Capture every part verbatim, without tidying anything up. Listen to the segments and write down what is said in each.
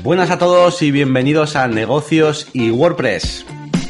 Buenas a todos y bienvenidos a Negocios y WordPress.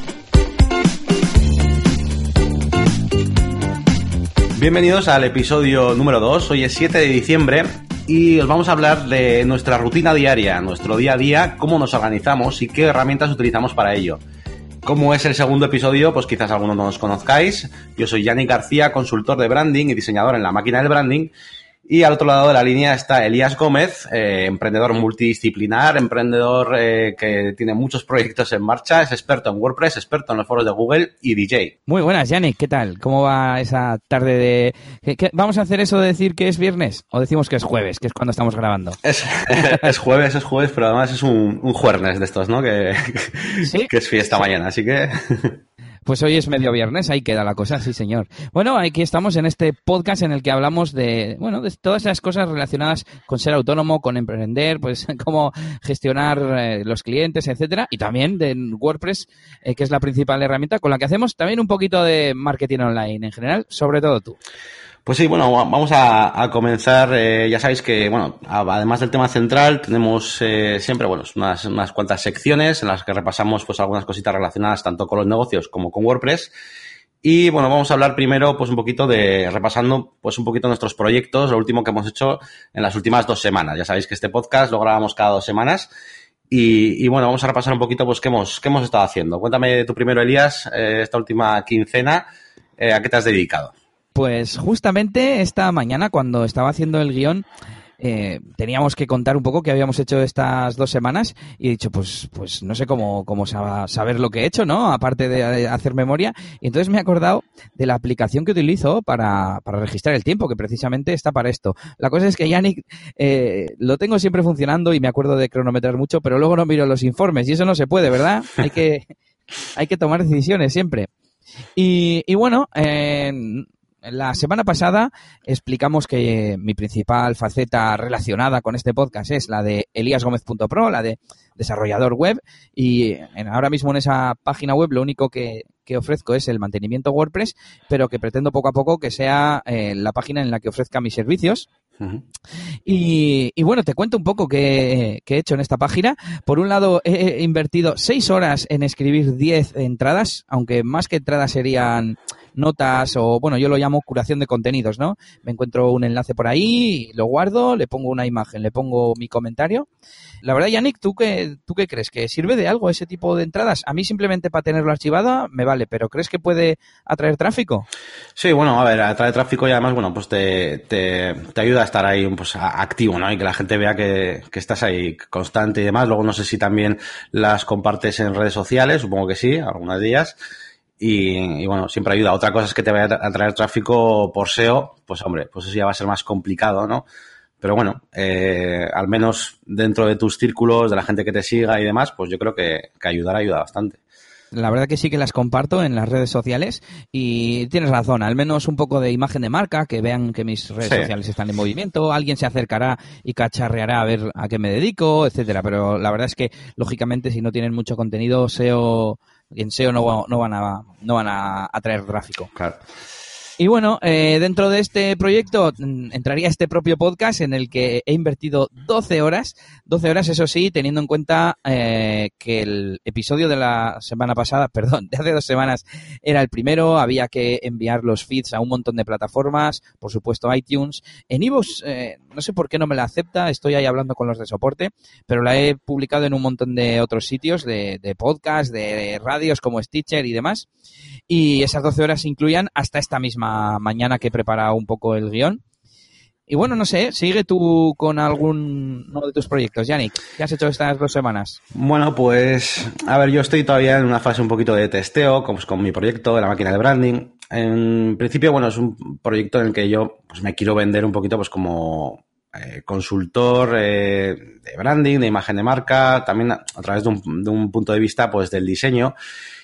Bienvenidos al episodio número dos. Hoy es siete de diciembre y os vamos a hablar de nuestra rutina diaria, nuestro día a día, cómo nos organizamos y qué herramientas utilizamos para ello. Como es el segundo episodio, pues quizás algunos no nos conozcáis. Yo soy Yannick García, consultor de branding y diseñador en La Máquina del Branding. Y al otro lado de la línea está Elías Gómez, eh, emprendedor multidisciplinar, emprendedor eh, que tiene muchos proyectos en marcha, es experto en WordPress, experto en los foros de Google y D J. Muy buenas, Yannick, ¿qué tal? ¿Cómo va esa tarde de...? ¿Qué, qué... ¿Vamos a hacer eso de decir que es viernes? ¿O decimos que es jueves, que es cuando estamos grabando? Es, es jueves, es jueves, pero además es un, un jueves de estos, ¿no? Que, ¿Sí? que es fiesta sí. mañana, así que... Pues hoy es medio viernes, ahí queda la cosa, sí señor. Bueno, aquí estamos en este podcast en el que hablamos de, bueno, de todas esas cosas relacionadas con ser autónomo, con emprender, pues cómo gestionar eh, los clientes, etcétera, y también de WordPress, eh, que es la principal herramienta con la que hacemos también un poquito de marketing online en general, sobre todo tú. Pues sí, bueno, vamos a, a comenzar. Eh, ya sabéis que, bueno, además del tema central, tenemos eh, siempre, bueno, unas, unas cuantas secciones en las que repasamos pues algunas cositas relacionadas tanto con los negocios como con WordPress. Y bueno, vamos a hablar primero pues un poquito de, repasando pues un poquito nuestros proyectos, lo último que hemos hecho en las últimas dos semanas. Ya sabéis que este podcast lo grabamos cada dos semanas. Y, y bueno, vamos a repasar un poquito pues qué hemos, qué hemos estado haciendo. Cuéntame tú primero, Elías, eh, esta última quincena, eh, ¿a qué te has dedicado? Pues justamente esta mañana, cuando estaba haciendo el guión, eh, teníamos que contar un poco qué habíamos hecho estas dos semanas y he dicho, pues pues no sé cómo, cómo saber lo que he hecho, ¿no? Aparte de hacer memoria. Y entonces me he acordado de la aplicación que utilizo para, para registrar el tiempo, que precisamente está para esto. La cosa es que Yannick eh, lo tengo siempre funcionando y me acuerdo de cronometrar mucho, pero luego no miro los informes y eso no se puede, ¿verdad? Hay que, hay que tomar decisiones siempre. Y, y bueno, eh, la semana pasada explicamos que mi principal faceta relacionada con este podcast es la de elias gómez punto pro, la de desarrollador web, y en, ahora mismo en esa página web lo único que, que ofrezco es el mantenimiento WordPress, pero que pretendo poco a poco que sea eh, la página en la que ofrezca mis servicios. Uh-huh. Y, y bueno, te cuento un poco qué, qué he hecho en esta página. Por un lado, he invertido seis horas en escribir diez entradas, aunque más que entradas serían notas o, bueno, yo lo llamo curación de contenidos, ¿no? Me encuentro un enlace por ahí, lo guardo, le pongo una imagen, le pongo mi comentario. La verdad, Yannick, ¿tú qué, ¿tú qué crees? ¿Que sirve de algo ese tipo de entradas? A mí simplemente para tenerlo archivada me vale, pero ¿crees que puede atraer tráfico? Sí, bueno, a ver, atrae tráfico y además, bueno, pues te, te, te ayuda a estar ahí pues, activo, ¿no? Y que la gente vea que, que estás ahí constante y demás. Luego no sé si también las compartes en redes sociales, supongo que sí, algunas de ellas. Y, y bueno, siempre ayuda. Otra cosa es que te vaya a traer tráfico por S E O, pues hombre, pues eso ya va a ser más complicado, ¿no? Pero bueno, eh, al menos dentro de tus círculos, de la gente que te siga y demás, pues yo creo que, que ayudar ayuda bastante. La verdad que sí que las comparto en las redes sociales y tienes razón, al menos un poco de imagen de marca, que vean que mis redes sí. sociales están en movimiento, alguien se acercará y cacharreará a ver a qué me dedico, etcétera. Pero la verdad es que, lógicamente, si no tienen mucho contenido, S E O, en S E O no, no van a no van a atraer tráfico. Claro. Y bueno, eh, dentro de este proyecto entraría este propio podcast en el que he invertido doce horas, doce horas, eso sí, teniendo en cuenta eh, que el episodio de la semana pasada, perdón, de hace dos semanas era el primero, había que enviar los feeds a un montón de plataformas, por supuesto iTunes. En iVoox, eh, no sé por qué no me la acepta, estoy ahí hablando con los de soporte, pero la he publicado en un montón de otros sitios, de, de podcast, de, de radios como Stitcher y demás. Y esas doce horas incluían hasta esta misma mañana que he preparado un poco el guión. Y bueno, no sé, sigue tú con alguno de tus proyectos, Yannick. ¿Qué has hecho estas dos semanas? Bueno, pues, a ver, yo estoy todavía en una fase un poquito de testeo con, pues, con mi proyecto de La Máquina de Branding. En principio, bueno, es un proyecto en el que yo pues me quiero vender un poquito pues como eh, consultor eh, de branding, de imagen de marca, también a, a través de un, de un punto de vista pues del diseño.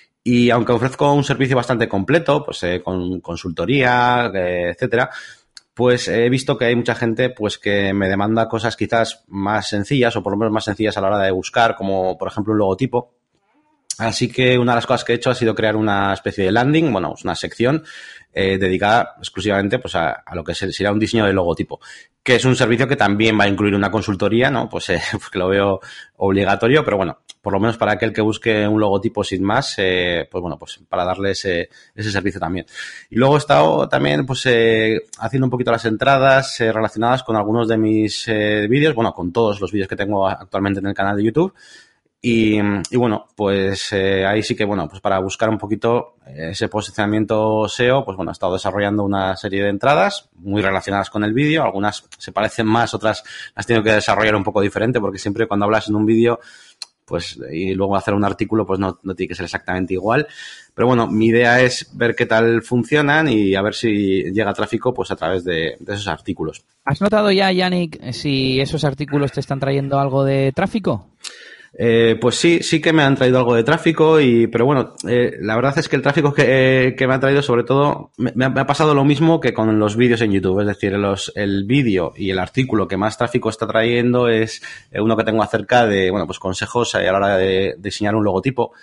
Y aunque ofrezco un servicio bastante completo, pues eh, con consultoría, eh, etcétera, pues he visto que hay mucha gente pues que me demanda cosas quizás más sencillas o por lo menos más sencillas a la hora de buscar, como por ejemplo un logotipo. Así que una de las cosas que he hecho ha sido crear una especie de landing, bueno, una sección eh, dedicada exclusivamente pues a, a lo que será un diseño de logotipo, que es un servicio que también va a incluir una consultoría, ¿no? Pues eh, porque lo veo obligatorio, pero bueno, por lo menos para aquel que busque un logotipo sin más, eh, pues bueno, pues para darle ese, ese servicio también. Y luego he estado también pues eh, haciendo un poquito las entradas eh, relacionadas con algunos de mis eh, vídeos, bueno, con todos los vídeos que tengo actualmente en el canal de YouTube. Y, y bueno, pues eh, ahí sí que, bueno, pues para buscar un poquito ese posicionamiento S E O, pues bueno, he estado desarrollando una serie de entradas muy relacionadas con el vídeo. Algunas se parecen más, otras las tengo que desarrollar un poco diferente, porque siempre cuando hablas en un vídeo, pues y luego hacer un artículo, pues no, no tiene que ser exactamente igual. Pero bueno, mi idea es ver qué tal funcionan y a ver si llega tráfico pues a través de, de esos artículos. ¿Has notado ya, Yannick, si esos artículos te están trayendo algo de tráfico? Eh, pues sí, sí que me han traído algo de tráfico, y pero bueno, eh, la verdad es que el tráfico que, eh, que me ha traído, sobre todo, me, me ha pasado lo mismo que con los vídeos en YouTube. Es decir, los, el vídeo y el artículo que más tráfico está trayendo es uno que tengo acerca de, bueno, pues consejos a la hora de diseñar un logotipo.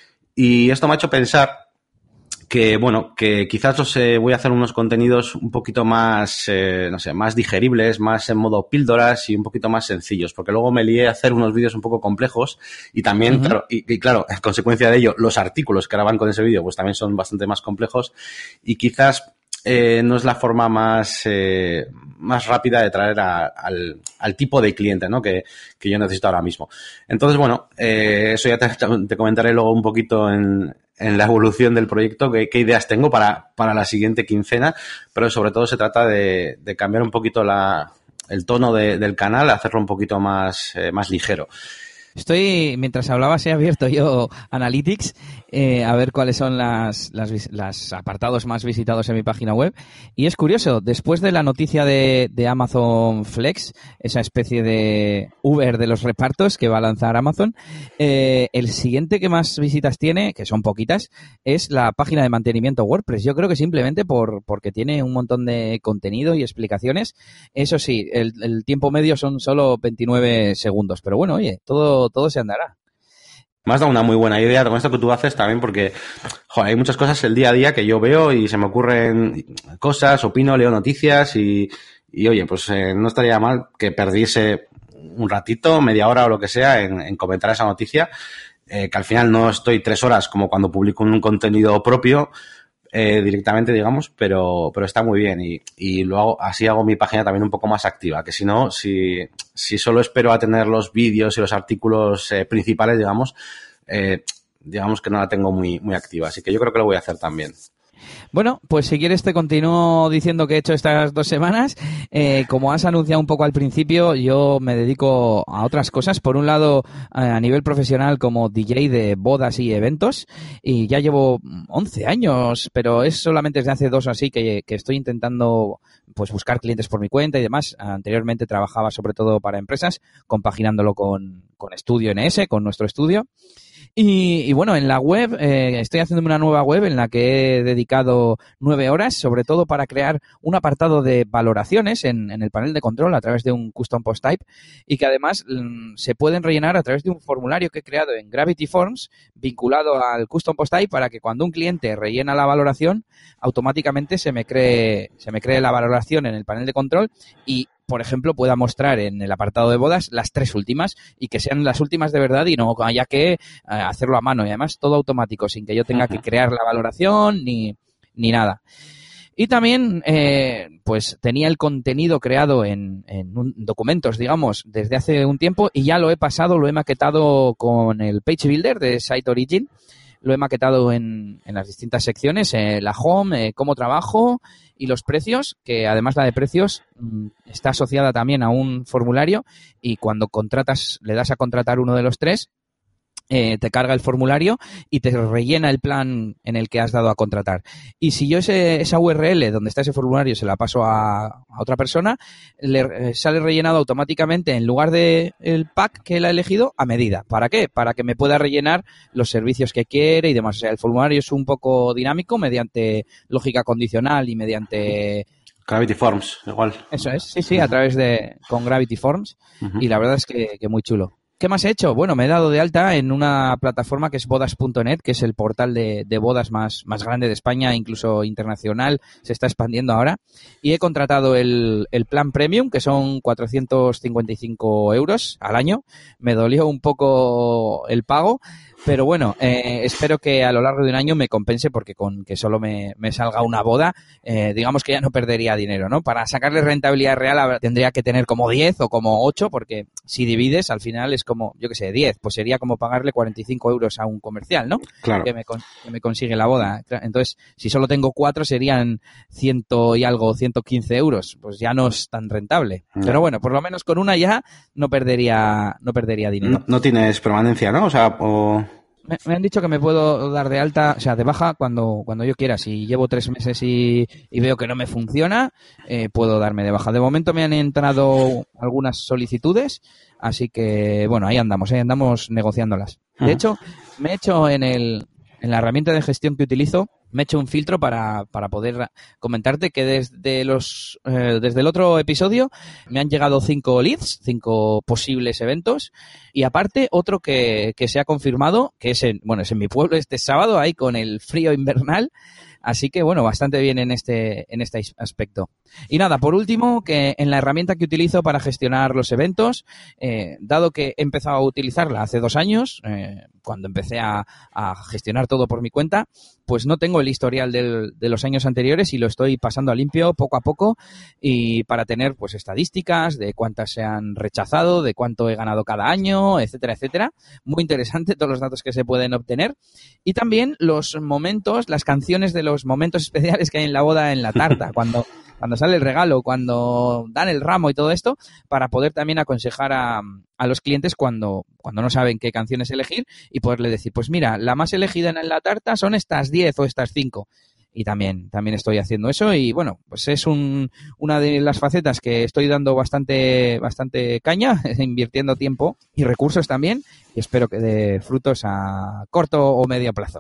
Y esto me ha hecho pensar que, bueno, que quizás os eh, voy a hacer unos contenidos un poquito más, eh, no sé, más digeribles, más en modo píldoras y un poquito más sencillos, porque luego me lié a hacer unos vídeos un poco complejos y también, uh-huh. claro, y, y claro, en consecuencia de ello, los artículos que ahora van con ese vídeo pues también son bastante más complejos y quizás eh, no es la forma más eh, más rápida de traer a, al, al tipo de cliente, ¿no? que, que yo necesito ahora mismo. Entonces, bueno, eh, eso ya te, te comentaré luego un poquito en en la evolución del proyecto, qué, qué ideas tengo para, para la siguiente quincena, pero sobre todo se trata de, de cambiar un poquito la, el tono de, del canal, hacerlo un poquito más, eh, más ligero. Estoy, mientras hablabas, he abierto yo Analytics eh, a ver cuáles son las, las, las apartados más visitados en mi página web. Y es curioso, después de la noticia de, de Amazon Flex, esa especie de Uber de los repartos que va a lanzar Amazon, eh, el siguiente que más visitas tiene, que son poquitas, es la página de mantenimiento WordPress. Yo creo que simplemente por porque tiene un montón de contenido y explicaciones. Eso sí, el, el tiempo medio son solo veintinueve segundos. Pero bueno, oye, todo todo se andará. Me has dado una muy buena idea con esto que tú haces también, porque joder, hay muchas cosas el día a día que yo veo y se me ocurren cosas, opino, leo noticias y, y oye, pues eh, no estaría mal que perdiese un ratito, media hora o lo que sea en, en comentar esa noticia, eh, que al final no estoy tres horas como cuando publico un contenido propio eh, directamente, digamos, pero pero está muy bien y, y lo hago, así hago mi página también un poco más activa, que si no, si, si solo espero a tener los vídeos y los artículos eh, principales, digamos, eh, digamos que no la tengo muy, muy activa, así que yo creo que lo voy a hacer también. Bueno, pues si quieres te continúo diciendo que he hecho estas dos semanas. Eh, como has anunciado un poco al principio, yo me dedico a otras cosas. Por un lado, a nivel profesional como D J de bodas y eventos. Y ya llevo once años, pero es solamente desde hace dos o así que, que estoy intentando pues buscar clientes por mi cuenta y demás. Anteriormente trabajaba sobre todo para empresas, compaginándolo con, con Estudio N S, con nuestro estudio. Y, y bueno, en la web, eh, estoy haciendo una nueva web en la que he dedicado nueve horas, sobre todo para crear un apartado de valoraciones en, en el panel de control a través de un custom post type y que además mm, se pueden rellenar a través de un formulario que he creado en Gravity Forms vinculado al custom post type para que cuando un cliente rellena la valoración, automáticamente se me cree, se me cree la valoración en el panel de control y por ejemplo, pueda mostrar en el apartado de bodas las tres últimas y que sean las últimas de verdad y no haya que eh, hacerlo a mano. Y además todo automático, sin que yo tenga que crear la valoración ni, ni nada. Y también, eh, pues tenía el contenido creado en, en un, documentos, digamos, desde hace un tiempo y ya lo he pasado, lo he maquetado con el Page Builder de Site Origin. Lo he maquetado en, en las distintas secciones, eh, la home, eh, cómo trabajo y los precios, que además la de precios mmm, está asociada también a un formulario y cuando contratas, le das a contratar uno de los tres, eh, te carga el formulario y te rellena el plan en el que has dado a contratar. Y si yo ese, esa U R L donde está ese formulario se la paso a, a otra persona, le eh, sale rellenado automáticamente en lugar de el pack que él ha elegido a medida. ¿Para qué? Para que me pueda rellenar los servicios que quiere y demás. O sea, el formulario es un poco dinámico mediante lógica condicional y mediante Gravity Forms, igual. Eso es, sí, sí, a través de con Gravity Forms uh-huh. Y la verdad es que, que muy chulo. ¿Qué más he hecho? Bueno, me he dado de alta en una plataforma que es bodas punto net, que es el portal de, de bodas más, más grande de España, incluso internacional, se está expandiendo ahora. Y he contratado el, el plan premium, que son cuatrocientos cincuenta y cinco euros al año. Me dolió un poco el pago, pero bueno, eh, espero que a lo largo de un año me compense, porque con que solo me, me salga una boda, eh, digamos que ya no perdería dinero, ¿no? Para sacarle rentabilidad real tendría que tener como diez o como ocho, porque si divides, al final es como, yo qué sé, diez, pues sería como pagarle cuarenta y cinco euros a un comercial, ¿no? Claro. Que me, que me consigue la boda. Entonces, si solo tengo cuatro, serían ciento y algo, ciento quince euros. Pues ya no es tan rentable. No. Pero bueno, por lo menos con una ya no perdería, no perdería dinero. No, no tienes permanencia, ¿no? O sea, o... Me, me han dicho que me puedo dar de alta, o sea, de baja cuando, cuando yo quiera. Si llevo tres meses y, y veo que no me funciona, eh, puedo darme de baja. De momento me han entrado algunas solicitudes, así que, bueno, ahí andamos, ahí andamos negociándolas. De hecho, me he hecho en el, en la herramienta de gestión que utilizo, me he hecho un filtro para, para poder comentarte que desde los eh, desde el otro episodio me han llegado cinco leads, cinco posibles eventos, y aparte otro que, que se ha confirmado, que es en, bueno, es en mi pueblo este sábado, ahí con el frío invernal. Así que, bueno, bastante bien en este, en este aspecto. Y nada, por último, que en la herramienta que utilizo para gestionar los eventos, eh, dado que he empezado a utilizarla hace dos años, eh, cuando empecé a, a gestionar todo por mi cuenta, pues no tengo el historial del, de los años anteriores y lo estoy pasando a limpio poco a poco, y para tener pues estadísticas de cuántas se han rechazado, de cuánto he ganado cada año, etcétera, etcétera. Muy interesante todos los datos que se pueden obtener. Y también los momentos, las canciones de los momentos especiales que hay en la boda, en la tarta, cuando, cuando sale el regalo, cuando dan el ramo y todo esto, para poder también aconsejar a, a los clientes cuando, cuando no saben qué canciones elegir, y poderle decir, pues mira, la más elegida en la tarta son estas diez o estas cinco. Y también, también estoy haciendo eso, y bueno, pues es un, una de las facetas que estoy dando bastante, bastante caña, invirtiendo tiempo y recursos también, y espero que dé frutos a corto o medio plazo.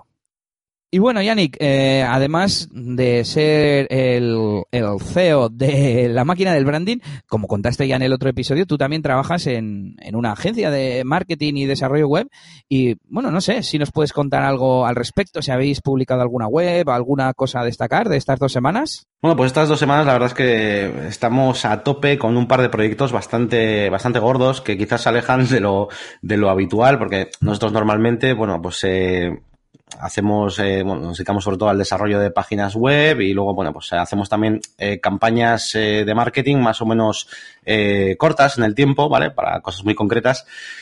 Y bueno, Yannick, eh, además de ser el, el C E O de La Máquina del Branding, como contaste ya en el otro episodio, tú también trabajas en, en una agencia de marketing y desarrollo web. Y bueno, no sé si nos puedes contar algo al respecto, si habéis publicado alguna web, alguna cosa a destacar de estas dos semanas. Bueno, pues estas dos semanas la verdad es que estamos a tope con un par de proyectos bastante bastante gordos, que quizás se alejan de lo, de lo habitual, porque nosotros normalmente, bueno, pues... Eh, hacemos, eh, bueno, nos dedicamos sobre todo al desarrollo de páginas web, y luego, bueno, pues hacemos también eh, campañas eh, de marketing más o menos eh, cortas en el tiempo, ¿vale? Para cosas muy concretas.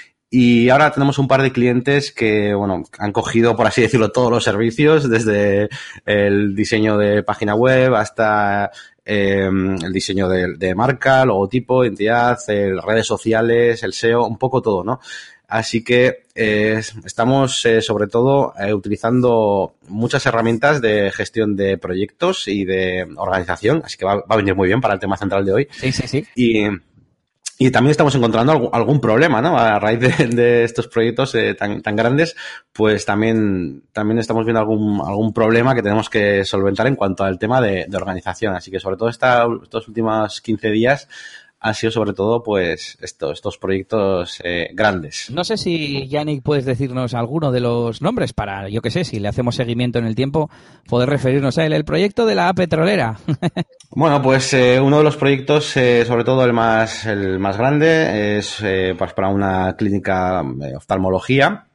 Y ahora tenemos un par de clientes que, bueno, han cogido, por así decirlo, todos los servicios, desde el diseño de página web hasta eh, el diseño de, de marca, logotipo, identidad, eh, redes sociales, el S E O, un poco todo, ¿no? Así que eh, estamos eh, sobre todo eh, utilizando muchas herramientas de gestión de proyectos y de organización, así que va, va a venir muy bien para el tema central de hoy. Sí, sí, sí. Y, y también estamos encontrando algún, algún problema, ¿no? A raíz de, de estos proyectos eh, tan, tan grandes, pues también, también estamos viendo algún, algún problema que tenemos que solventar en cuanto al tema de, de organización. Así que sobre todo esta, estos últimos quince días han sido sobre todo pues estos, estos proyectos eh, grandes. No sé si, Yannick, puedes decirnos alguno de los nombres para, yo qué sé, si le hacemos seguimiento en el tiempo, poder referirnos a él. El proyecto de la petrolera. Bueno, pues eh, uno de los proyectos, eh, sobre todo el más, el más grande, es eh, pues para una clínica de oftalmología,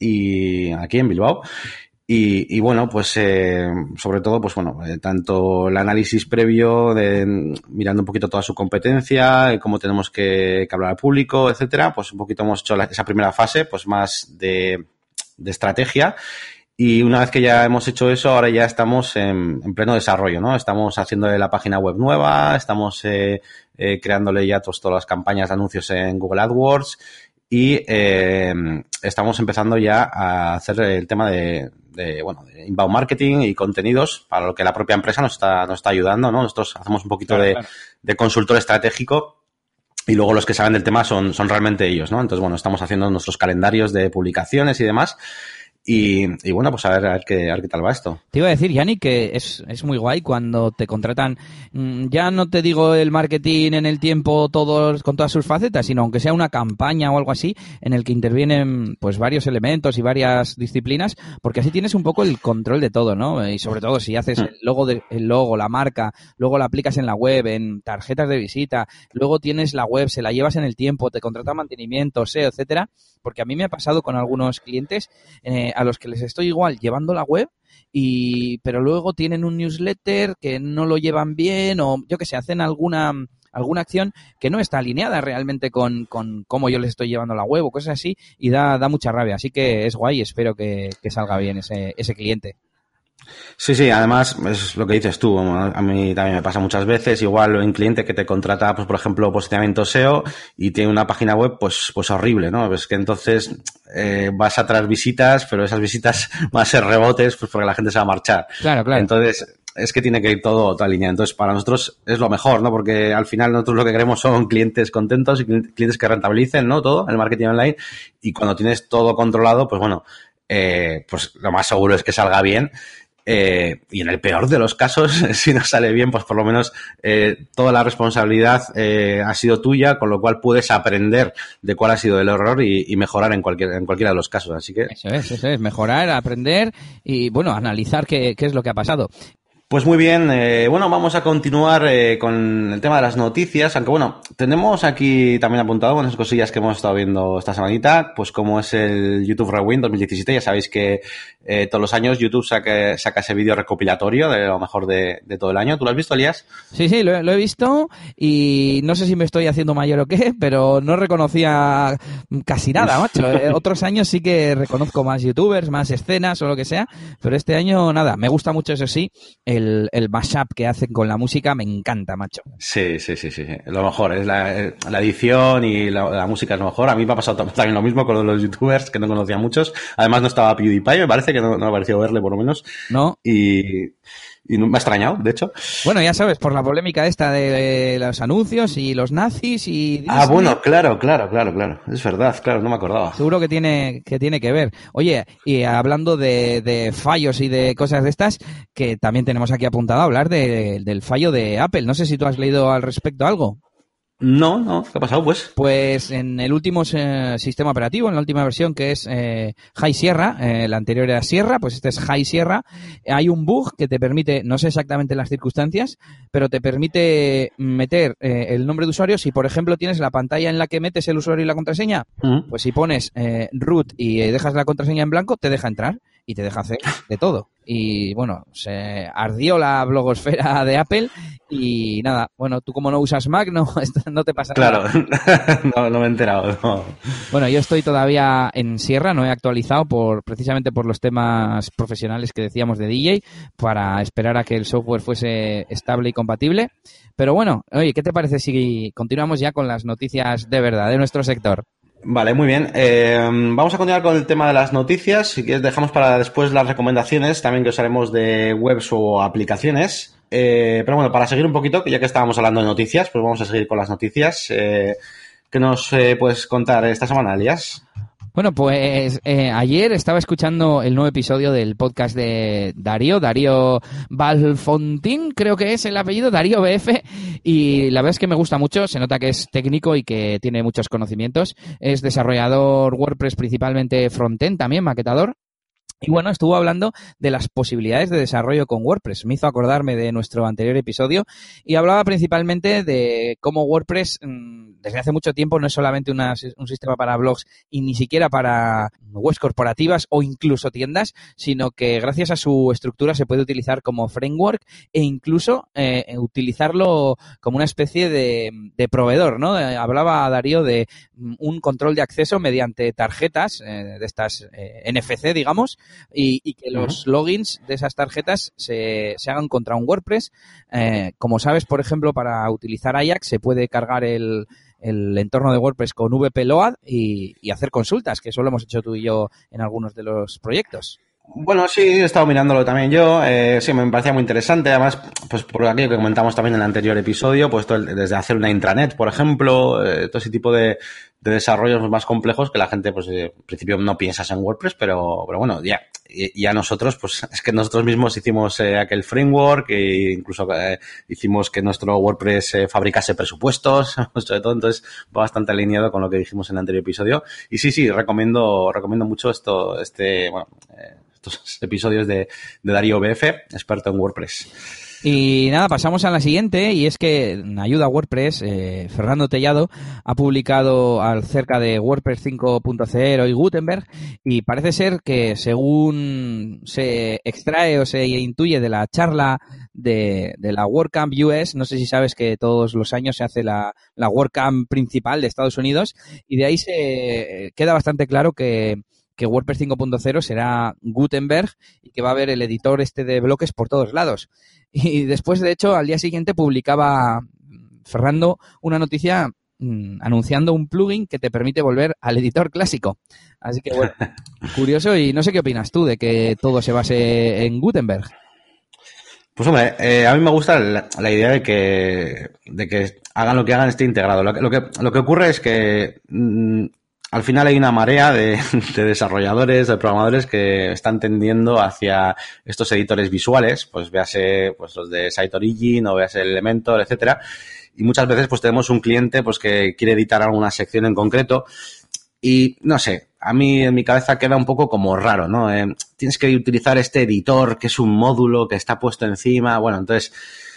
y aquí en Bilbao. Y, y bueno, pues eh, sobre todo, pues bueno, eh, tanto el análisis previo de mirando un poquito toda su competencia, eh, cómo tenemos que, que hablar al público, etcétera, pues un poquito hemos hecho la, esa primera fase, pues más de, de estrategia. Y una vez que ya hemos hecho eso, ahora ya estamos en, en pleno desarrollo, ¿no? Estamos haciéndole la página web nueva, estamos eh, eh, creándole ya pues, todas las campañas de anuncios en Google AdWords, y eh, estamos empezando ya a hacer el tema de, de, bueno, de inbound marketing y contenidos, para lo que la propia empresa nos está, nos está ayudando, ¿no? Nosotros hacemos un poquito claro, de, claro. de consultor estratégico, y luego los que saben del tema son, son realmente ellos, ¿no? Entonces, bueno, estamos haciendo nuestros calendarios de publicaciones y demás. Y, y bueno, pues a ver, a ver qué, a ver qué tal va esto. Te iba a decir, Yanni, que es, es muy guay cuando te contratan, ya no te digo el marketing en el tiempo todos con todas sus facetas, sino aunque sea una campaña o algo así, en el que intervienen pues varios elementos y varias disciplinas, porque así tienes un poco el control de todo, ¿no? Y sobre todo si haces el logo, de, el logo, la marca, luego la aplicas en la web, en tarjetas de visita, luego tienes la web, se la llevas en el tiempo, te contrata mantenimiento, S E O, etcétera, porque a mí me ha pasado con algunos clientes eh, a los que les estoy igual llevando la web, y pero luego tienen un newsletter que no lo llevan bien o yo que sé, hacen alguna alguna acción que no está alineada realmente con, con cómo yo les estoy llevando la web o cosas así, y da, da mucha rabia. Así que es guay, espero que, que salga bien ese, ese cliente. Sí, sí, además es lo que dices tú, a mí también me pasa muchas veces, igual un cliente que te contrata, pues por ejemplo, posicionamiento S E O y tiene una página web pues pues horrible, ¿no? Pues que entonces eh, vas a traer visitas, pero esas visitas van a ser rebotes pues porque la gente se va a marchar. Claro, claro. Entonces es que tiene que ir todo, toda alineado. Entonces para nosotros es lo mejor, ¿no? Porque al final nosotros lo que queremos son clientes contentos y clientes que rentabilicen, ¿no? Todo, el marketing online, y cuando tienes todo controlado, pues bueno, eh, pues lo más seguro es que salga bien. Eh, y en el peor de los casos, si no sale bien, pues por lo menos eh, toda la responsabilidad eh, ha sido tuya, con lo cual puedes aprender de cuál ha sido el error y, y mejorar en cualquier en cualquiera de los casos. Así que eso es, eso es, mejorar, aprender y bueno, analizar qué, qué es lo que ha pasado. Pues muy bien, eh, bueno, vamos a continuar eh, con el tema de las noticias, aunque bueno, tenemos aquí también apuntado unas cosillas que hemos estado viendo esta semanita, pues como es el YouTube Rewind dos mil diecisiete, ya sabéis que eh, todos los años YouTube saca, saca ese vídeo recopilatorio de lo mejor de, de todo el año. ¿Tú lo has visto, Elías? Sí, sí, lo, lo he visto y no sé si me estoy haciendo mayor o qué, pero no reconocía casi nada, macho. Eh, otros años sí que reconozco más youtubers, más escenas o lo que sea, pero este año nada, me gusta mucho eso sí. El, el mashup que hacen con la música me encanta, macho. Sí, sí, sí, sí. Lo mejor es la, la edición y la, la música es lo mejor. A mí me ha pasado también lo mismo con los youtubers, que no conocía muchos. Además no estaba PewDiePie, me parece que no, no me ha parecido verle por lo menos. No. Y... Y me ha extrañado, de hecho. Bueno, ya sabes, por la polémica esta de los anuncios y los nazis y Disney. Ah, bueno, claro, claro, claro, claro. Es verdad, claro, no me acordaba. Seguro que tiene que tiene que ver. Oye, y hablando de, de fallos y de cosas de estas, que también tenemos aquí apuntado a hablar de, del fallo de Apple. No sé si tú has leído al respecto algo. No, no, ¿qué ha pasado, pues? Pues en el último eh, sistema operativo, en la última versión que es eh, High Sierra, eh, la anterior era Sierra, pues este es High Sierra, hay un bug que te permite, no sé exactamente las circunstancias, pero te permite meter eh, el nombre de usuario. Si por ejemplo tienes la pantalla en la que metes el usuario y la contraseña, uh-huh. pues si pones eh, root y dejas la contraseña en blanco, te deja entrar y te deja hacer de todo. Y bueno, se ardió la blogosfera de Apple y nada, bueno, tú como no usas Mac, no, no te pasa claro. nada. Claro, no, no me he enterado. No. Bueno, yo estoy todavía en Sierra, no he actualizado por precisamente por los temas profesionales que decíamos de D J, para esperar a que el software fuese estable y compatible. Pero bueno, oye, ¿qué te parece si continuamos ya con las noticias de verdad de nuestro sector? Vale, muy bien. Eh, vamos a continuar con el tema de las noticias. Si quieres, dejamos para después las recomendaciones, también que os haremos de webs o aplicaciones. Eh, pero bueno, para seguir un poquito, ya que estábamos hablando de noticias, pues vamos a seguir con las noticias. Eh, ¿Qué nos eh, puedes contar esta semana, Elías? Bueno, pues eh, ayer estaba escuchando el nuevo episodio del podcast de Darío, Darío Balfontín, creo que es el apellido, Darío B F, y la verdad es que me gusta mucho, se nota que es técnico y que tiene muchos conocimientos, es desarrollador WordPress, principalmente frontend también, maquetador. Y bueno, estuvo hablando de las posibilidades de desarrollo con WordPress. Me hizo acordarme de nuestro anterior episodio y hablaba principalmente de cómo WordPress desde hace mucho tiempo no es solamente una, un sistema para blogs y ni siquiera para webs corporativas o incluso tiendas, sino que gracias a su estructura se puede utilizar como framework e incluso eh, utilizarlo como una especie de, de proveedor, ¿no? Eh, hablaba Darío de un control de acceso mediante tarjetas eh, de estas eh, N F C, digamos, Y, y que los uh-huh. logins de esas tarjetas se, se hagan contra un WordPress. Eh, como sabes, por ejemplo, para utilizar Ajax se puede cargar el, el entorno de WordPress con V P Load y, y hacer consultas, que eso lo hemos hecho tú y yo en algunos de los proyectos. Bueno, sí, he estado mirándolo también yo, eh, sí, me parecía muy interesante, además, pues por aquello que comentamos también en el anterior episodio, pues todo el, desde hacer una intranet, por ejemplo, eh, todo ese tipo de, de desarrollos más complejos que la gente, pues, en principio no piensas en WordPress, pero, pero bueno, ya, ya nosotros, pues, es que nosotros mismos hicimos eh, aquel framework e incluso eh, hicimos que nuestro WordPress eh, fabricase presupuestos, sobre todo, entonces va bastante alineado con lo que dijimos en el anterior episodio. Y sí, sí, recomiendo, recomiendo mucho esto, este, bueno, eh, estos episodios de, de Darío B F, experto en WordPress. Y nada, pasamos a la siguiente, y es que en Ayuda a WordPress, eh, Fernando Tellado ha publicado acerca de WordPress cinco punto cero y Gutenberg, y parece ser que según se extrae o se intuye de la charla de, de la WordCamp U S, no sé si sabes que todos los años se hace la, la WordCamp principal de Estados Unidos, y de ahí se queda bastante claro que que WordPress cinco punto cero será Gutenberg y que va a haber el editor este de bloques por todos lados. Y después, de hecho, al día siguiente publicaba Fernando una noticia mmm, anunciando un plugin que te permite volver al editor clásico. Así que, bueno, curioso, y no sé qué opinas tú de que todo se base en Gutenberg. Pues hombre, eh, a mí me gusta la, la idea de que, de que hagan lo que hagan esté integrado. Lo que, lo que, lo que ocurre es que mmm, al final hay una marea de, de desarrolladores, de programadores que están tendiendo hacia estos editores visuales, pues véase pues los de SiteOrigin o véase Elementor, etcétera. Y muchas veces pues tenemos un cliente pues que quiere editar alguna sección en concreto y no sé, a mí en mi cabeza queda un poco como raro, ¿no? Eh, tienes que utilizar este editor que es un módulo que está puesto encima, bueno, entonces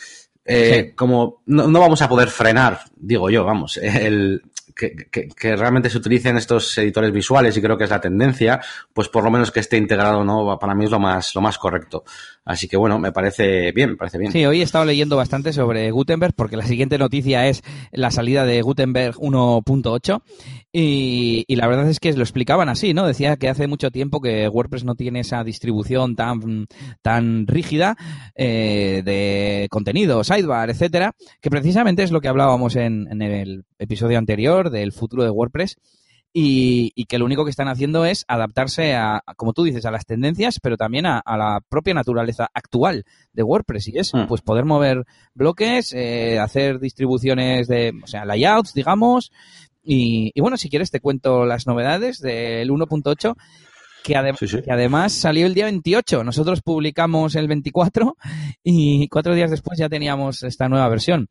eh, sí. como no, no vamos a poder frenar, digo yo, vamos, el Que, que, que realmente se utilicen estos editores visuales, y creo que es la tendencia, pues por lo menos que esté integrado, ¿no? Para mí es lo más, lo más correcto. Así que bueno, me parece bien, me parece bien. Sí, hoy he estado leyendo bastante sobre Gutenberg porque la siguiente noticia es la salida de Gutenberg uno punto ocho y, y la verdad es que lo explicaban así, ¿no? Decía que hace mucho tiempo que WordPress no tiene esa distribución tan, tan rígida eh, de contenido, sidebar, etcétera, que precisamente es lo que hablábamos en, en el episodio anterior del futuro de WordPress. Y, y que lo único que están haciendo es adaptarse a, como tú dices, a las tendencias, pero también a, a la propia naturaleza actual de WordPress, y es mm. pues poder mover bloques, eh, hacer distribuciones de, o sea, layouts, digamos, y, y bueno, si quieres te cuento las novedades del uno punto ocho, que, adem- sí, sí. que además salió el día veintiocho, nosotros publicamos el veinticuatro y cuatro días después ya teníamos esta nueva versión.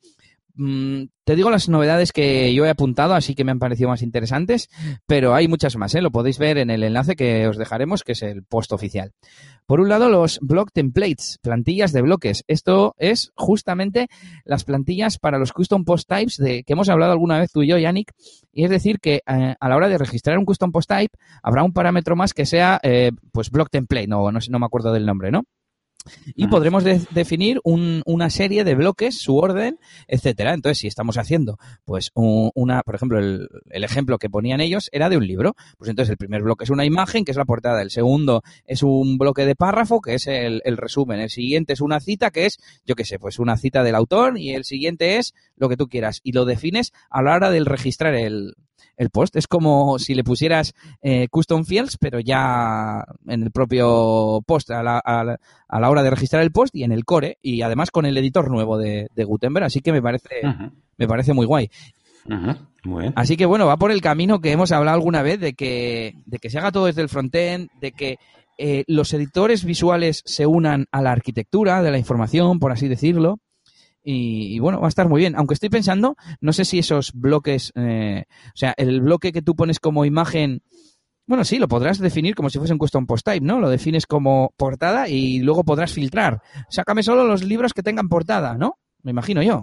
Te digo las novedades que yo he apuntado, así que me han parecido más interesantes, pero hay muchas más, ¿eh? Lo podéis ver en el enlace que os dejaremos, que es el post oficial. Por un lado, los block templates, plantillas de bloques. Esto es justamente las plantillas para los custom post types de que hemos hablado alguna vez tú y yo, Yannick, y es decir que eh, a la hora de registrar un custom post type habrá un parámetro más que sea eh, pues block template, no, no, no me acuerdo del nombre, ¿no? Y uh-huh. podremos de- definir un, una serie de bloques, su orden, etcétera. Entonces, si estamos haciendo, pues, un, una, por ejemplo, el, el ejemplo que ponían ellos era de un libro. Pues entonces el primer bloque es una imagen, que es la portada. El segundo es un bloque de párrafo, que es el, el resumen. El siguiente es una cita, que es, yo qué sé, pues una cita del autor. Y el siguiente es lo que tú quieras. Y lo defines a la hora del registrar el... el post. Es como si le pusieras eh, custom fields, pero ya en el propio post a la, a, la, a la hora de registrar el post y en el core, y además con el editor nuevo de, de Gutenberg, así que me parece, uh-huh. me parece muy guay. Uh-huh. Muy bien. Así que bueno, va por el camino que hemos hablado alguna vez de que, de que se haga todo desde el frontend, de que eh, los editores visuales se unan a la arquitectura de la información, por así decirlo. Y, y bueno, va a estar muy bien. Aunque estoy pensando, no sé si esos bloques, eh, o sea, el bloque que tú pones como imagen, bueno, sí, lo podrás definir como si fuese un custom post type, ¿no? Lo defines como portada y luego podrás filtrar. Sácame solo los libros que tengan portada, ¿no? Me imagino yo.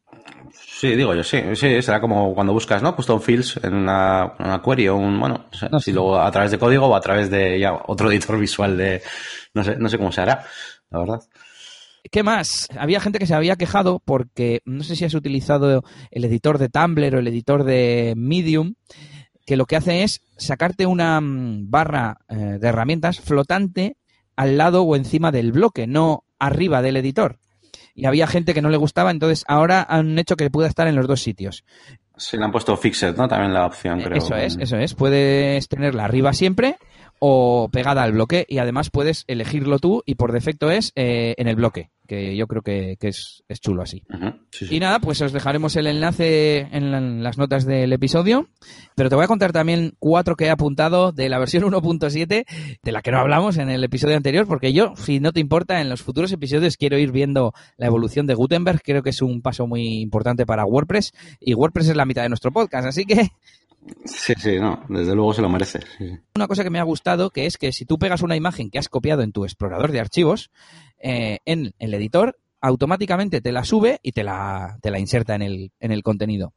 Sí, digo yo, sí. Sí, será como cuando buscas, ¿no? Custom fields en una, una query o un, bueno, no sé, no, si sí. luego a través de código o a través de ya otro editor visual de, no sé, no sé cómo se hará, la verdad. ¿Qué más? Había gente que se había quejado porque no sé si has utilizado el editor de Tumblr o el editor de Medium, que lo que hace es sacarte una barra eh, de herramientas flotante al lado o encima del bloque, no arriba del editor. Y había gente que no le gustaba, entonces ahora han hecho que pueda estar en los dos sitios. Se le han puesto fixed, ¿no? También la opción, creo. Eso es, eso es. Puedes tenerla arriba siempre o pegada al bloque, y además puedes elegirlo tú y por defecto es eh, en el bloque. que yo creo que, que es, es chulo así. Uh-huh. Sí, sí. Y nada, pues os dejaremos el enlace en, la, en las notas del episodio, pero te voy a contar también cuatro que he apuntado de la versión uno punto siete, de la que no hablamos en el episodio anterior, porque yo, si no te importa, en los futuros episodios quiero ir viendo la evolución de Gutenberg. Creo que es un paso muy importante para WordPress, y WordPress es la mitad de nuestro podcast, así que... Sí, sí, no, desde luego se lo merece. Sí, sí. Una cosa que me ha gustado, que es que si tú pegas una imagen que has copiado en tu explorador de archivos, eh, en el editor, automáticamente te la sube y te la, te la inserta en el, en el contenido.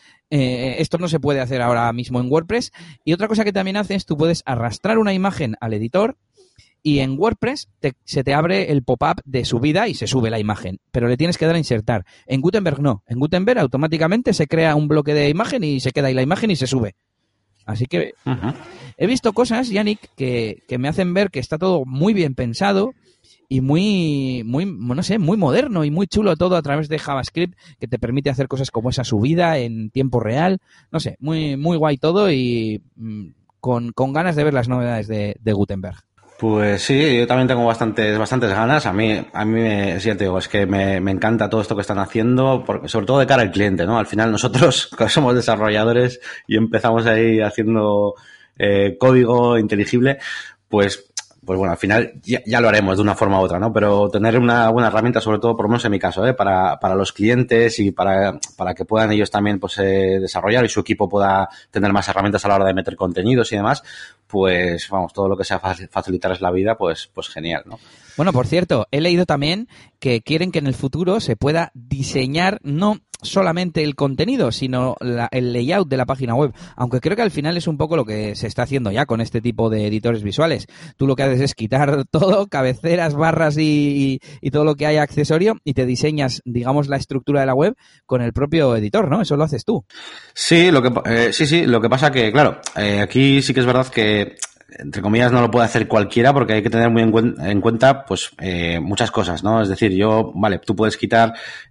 Eh, esto no se puede hacer ahora mismo en WordPress. Y otra cosa que también hace es tú puedes arrastrar una imagen al editor y en WordPress te, se te abre el pop-up de subida y se sube la imagen, pero le tienes que dar a insertar. En Gutenberg no. En Gutenberg automáticamente se crea un bloque de imagen y se queda ahí la imagen y se sube. Así que uh-huh. He visto cosas, Yannick, que, que me hacen ver que está todo muy bien pensado y muy, muy, no sé, muy moderno y muy chulo todo a través de JavaScript, que te permite hacer cosas como esa subida en tiempo real. No sé, muy, muy guay todo y mmm, con, con ganas de ver las novedades de, de Gutenberg. Pues sí, yo también tengo bastantes bastantes ganas. A mí, a mí me, sí, te digo, es que me, me encanta todo esto que están haciendo, porque, sobre todo de cara al cliente, ¿no? Al final nosotros somos desarrolladores y empezamos ahí haciendo eh, código inteligible, pues... Pues bueno, al final ya, ya lo haremos de una forma u otra, ¿no? Pero tener una buena herramienta, sobre todo, por lo menos en mi caso, ¿eh? Para, para los clientes y para, para que puedan ellos también, pues, eh, desarrollar y su equipo pueda tener más herramientas a la hora de meter contenidos y demás, pues, vamos, todo lo que sea facilitarles la vida, pues, pues genial, ¿no? Bueno, por cierto, he leído también que quieren que en el futuro se pueda diseñar no solamente el contenido, sino la, el layout de la página web, aunque creo que al final es un poco lo que se está haciendo ya con este tipo de editores visuales. Tú lo que haces es quitar todo, cabeceras, barras y, y, y todo lo que haya accesorio, y te diseñas, digamos, la estructura de la web con el propio editor, ¿no? Eso lo haces tú. Sí, lo que eh, sí, sí, lo que pasa que, claro, eh, aquí sí que es verdad que entre comillas no lo puede hacer cualquiera, porque hay que tener muy en, cuen- en cuenta pues eh, muchas cosas, ¿no? Es decir, yo, vale, tú puedes quitar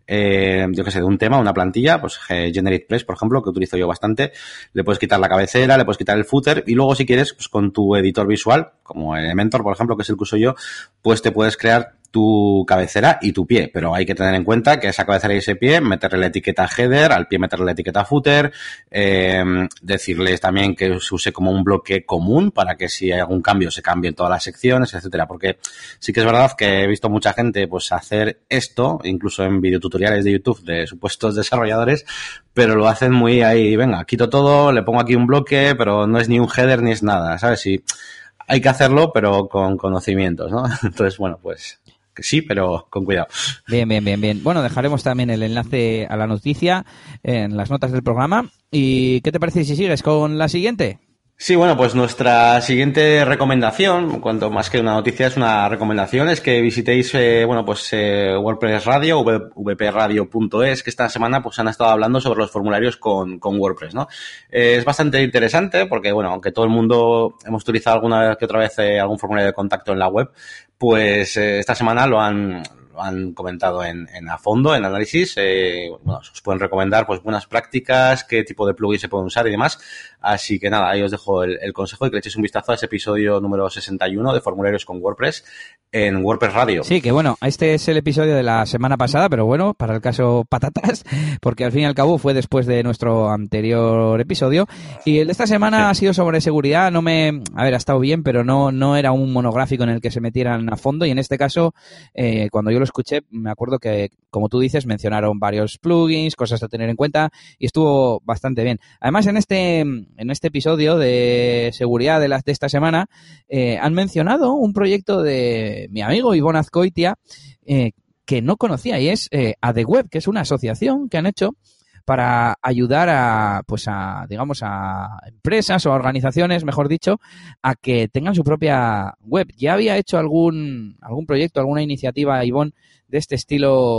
eh, yo qué sé, de un tema, una plantilla, pues eh, GeneratePress, por ejemplo, que utilizo yo bastante, le puedes quitar la cabecera, le puedes quitar el footer, y luego si quieres, pues con tu editor visual, como Elementor, por ejemplo, que es el que uso yo, pues te puedes crear tu cabecera y tu pie, pero hay que tener en cuenta que esa cabecera y ese pie, meterle la etiqueta header, al pie meterle la etiqueta footer, eh, decirles también que se use como un bloque común para que si hay algún cambio se cambie en todas las secciones, etcétera, porque sí que es verdad que he visto mucha gente pues hacer esto, incluso en videotutoriales de YouTube de supuestos desarrolladores, pero lo hacen muy ahí, venga, quito todo, le pongo aquí un bloque, pero no es ni un header ni es nada, ¿sabes? Y hay que hacerlo, pero con conocimientos, ¿no? Entonces, bueno, pues que sí, pero con cuidado. Bien, bien, bien, bien. Bueno, dejaremos también el enlace a la noticia en las notas del programa. ¿Y qué te parece si sigues con la siguiente? Sí, bueno, pues nuestra siguiente recomendación, cuanto más que una noticia es una recomendación, es que visitéis, eh, bueno, pues eh, WordPress Radio, v p radio punto es, que esta semana pues han estado hablando sobre los formularios con, con WordPress, ¿no? Eh, es bastante interesante porque, bueno, aunque todo el mundo hemos utilizado alguna vez que otra vez eh, algún formulario de contacto en la web, pues eh, esta semana lo han... lo han comentado en, en a fondo, en análisis, eh, bueno, os pueden recomendar pues buenas prácticas, qué tipo de plugins se pueden usar y demás, así que nada, ahí os dejo el, el consejo de que le echéis un vistazo a ese episodio número sesenta y uno de formularios con WordPress en WordPress Radio. Sí, que bueno, este es el episodio de la semana pasada, pero bueno, para el caso patatas, porque al fin y al cabo fue después de nuestro anterior episodio, y el de esta semana sí. ha sido sobre seguridad. No me, a ver, ha estado bien, pero no, no era un monográfico en el que se metieran a fondo, y en este caso, eh, cuando yo lo escuché, me acuerdo que, como tú dices, mencionaron varios plugins, cosas a tener en cuenta, y estuvo bastante bien. Además, en este, en este episodio de seguridad de, la, de esta semana, eh, han mencionado un proyecto de mi amigo Ivonne Azcoitia, eh, que no conocía, y es eh, AdeWeb, que es una asociación que han hecho para ayudar a, pues a, digamos, a empresas o a organizaciones, mejor dicho, a que tengan su propia web. Ya había hecho algún, algún proyecto, alguna iniciativa, Ivonne, de este estilo,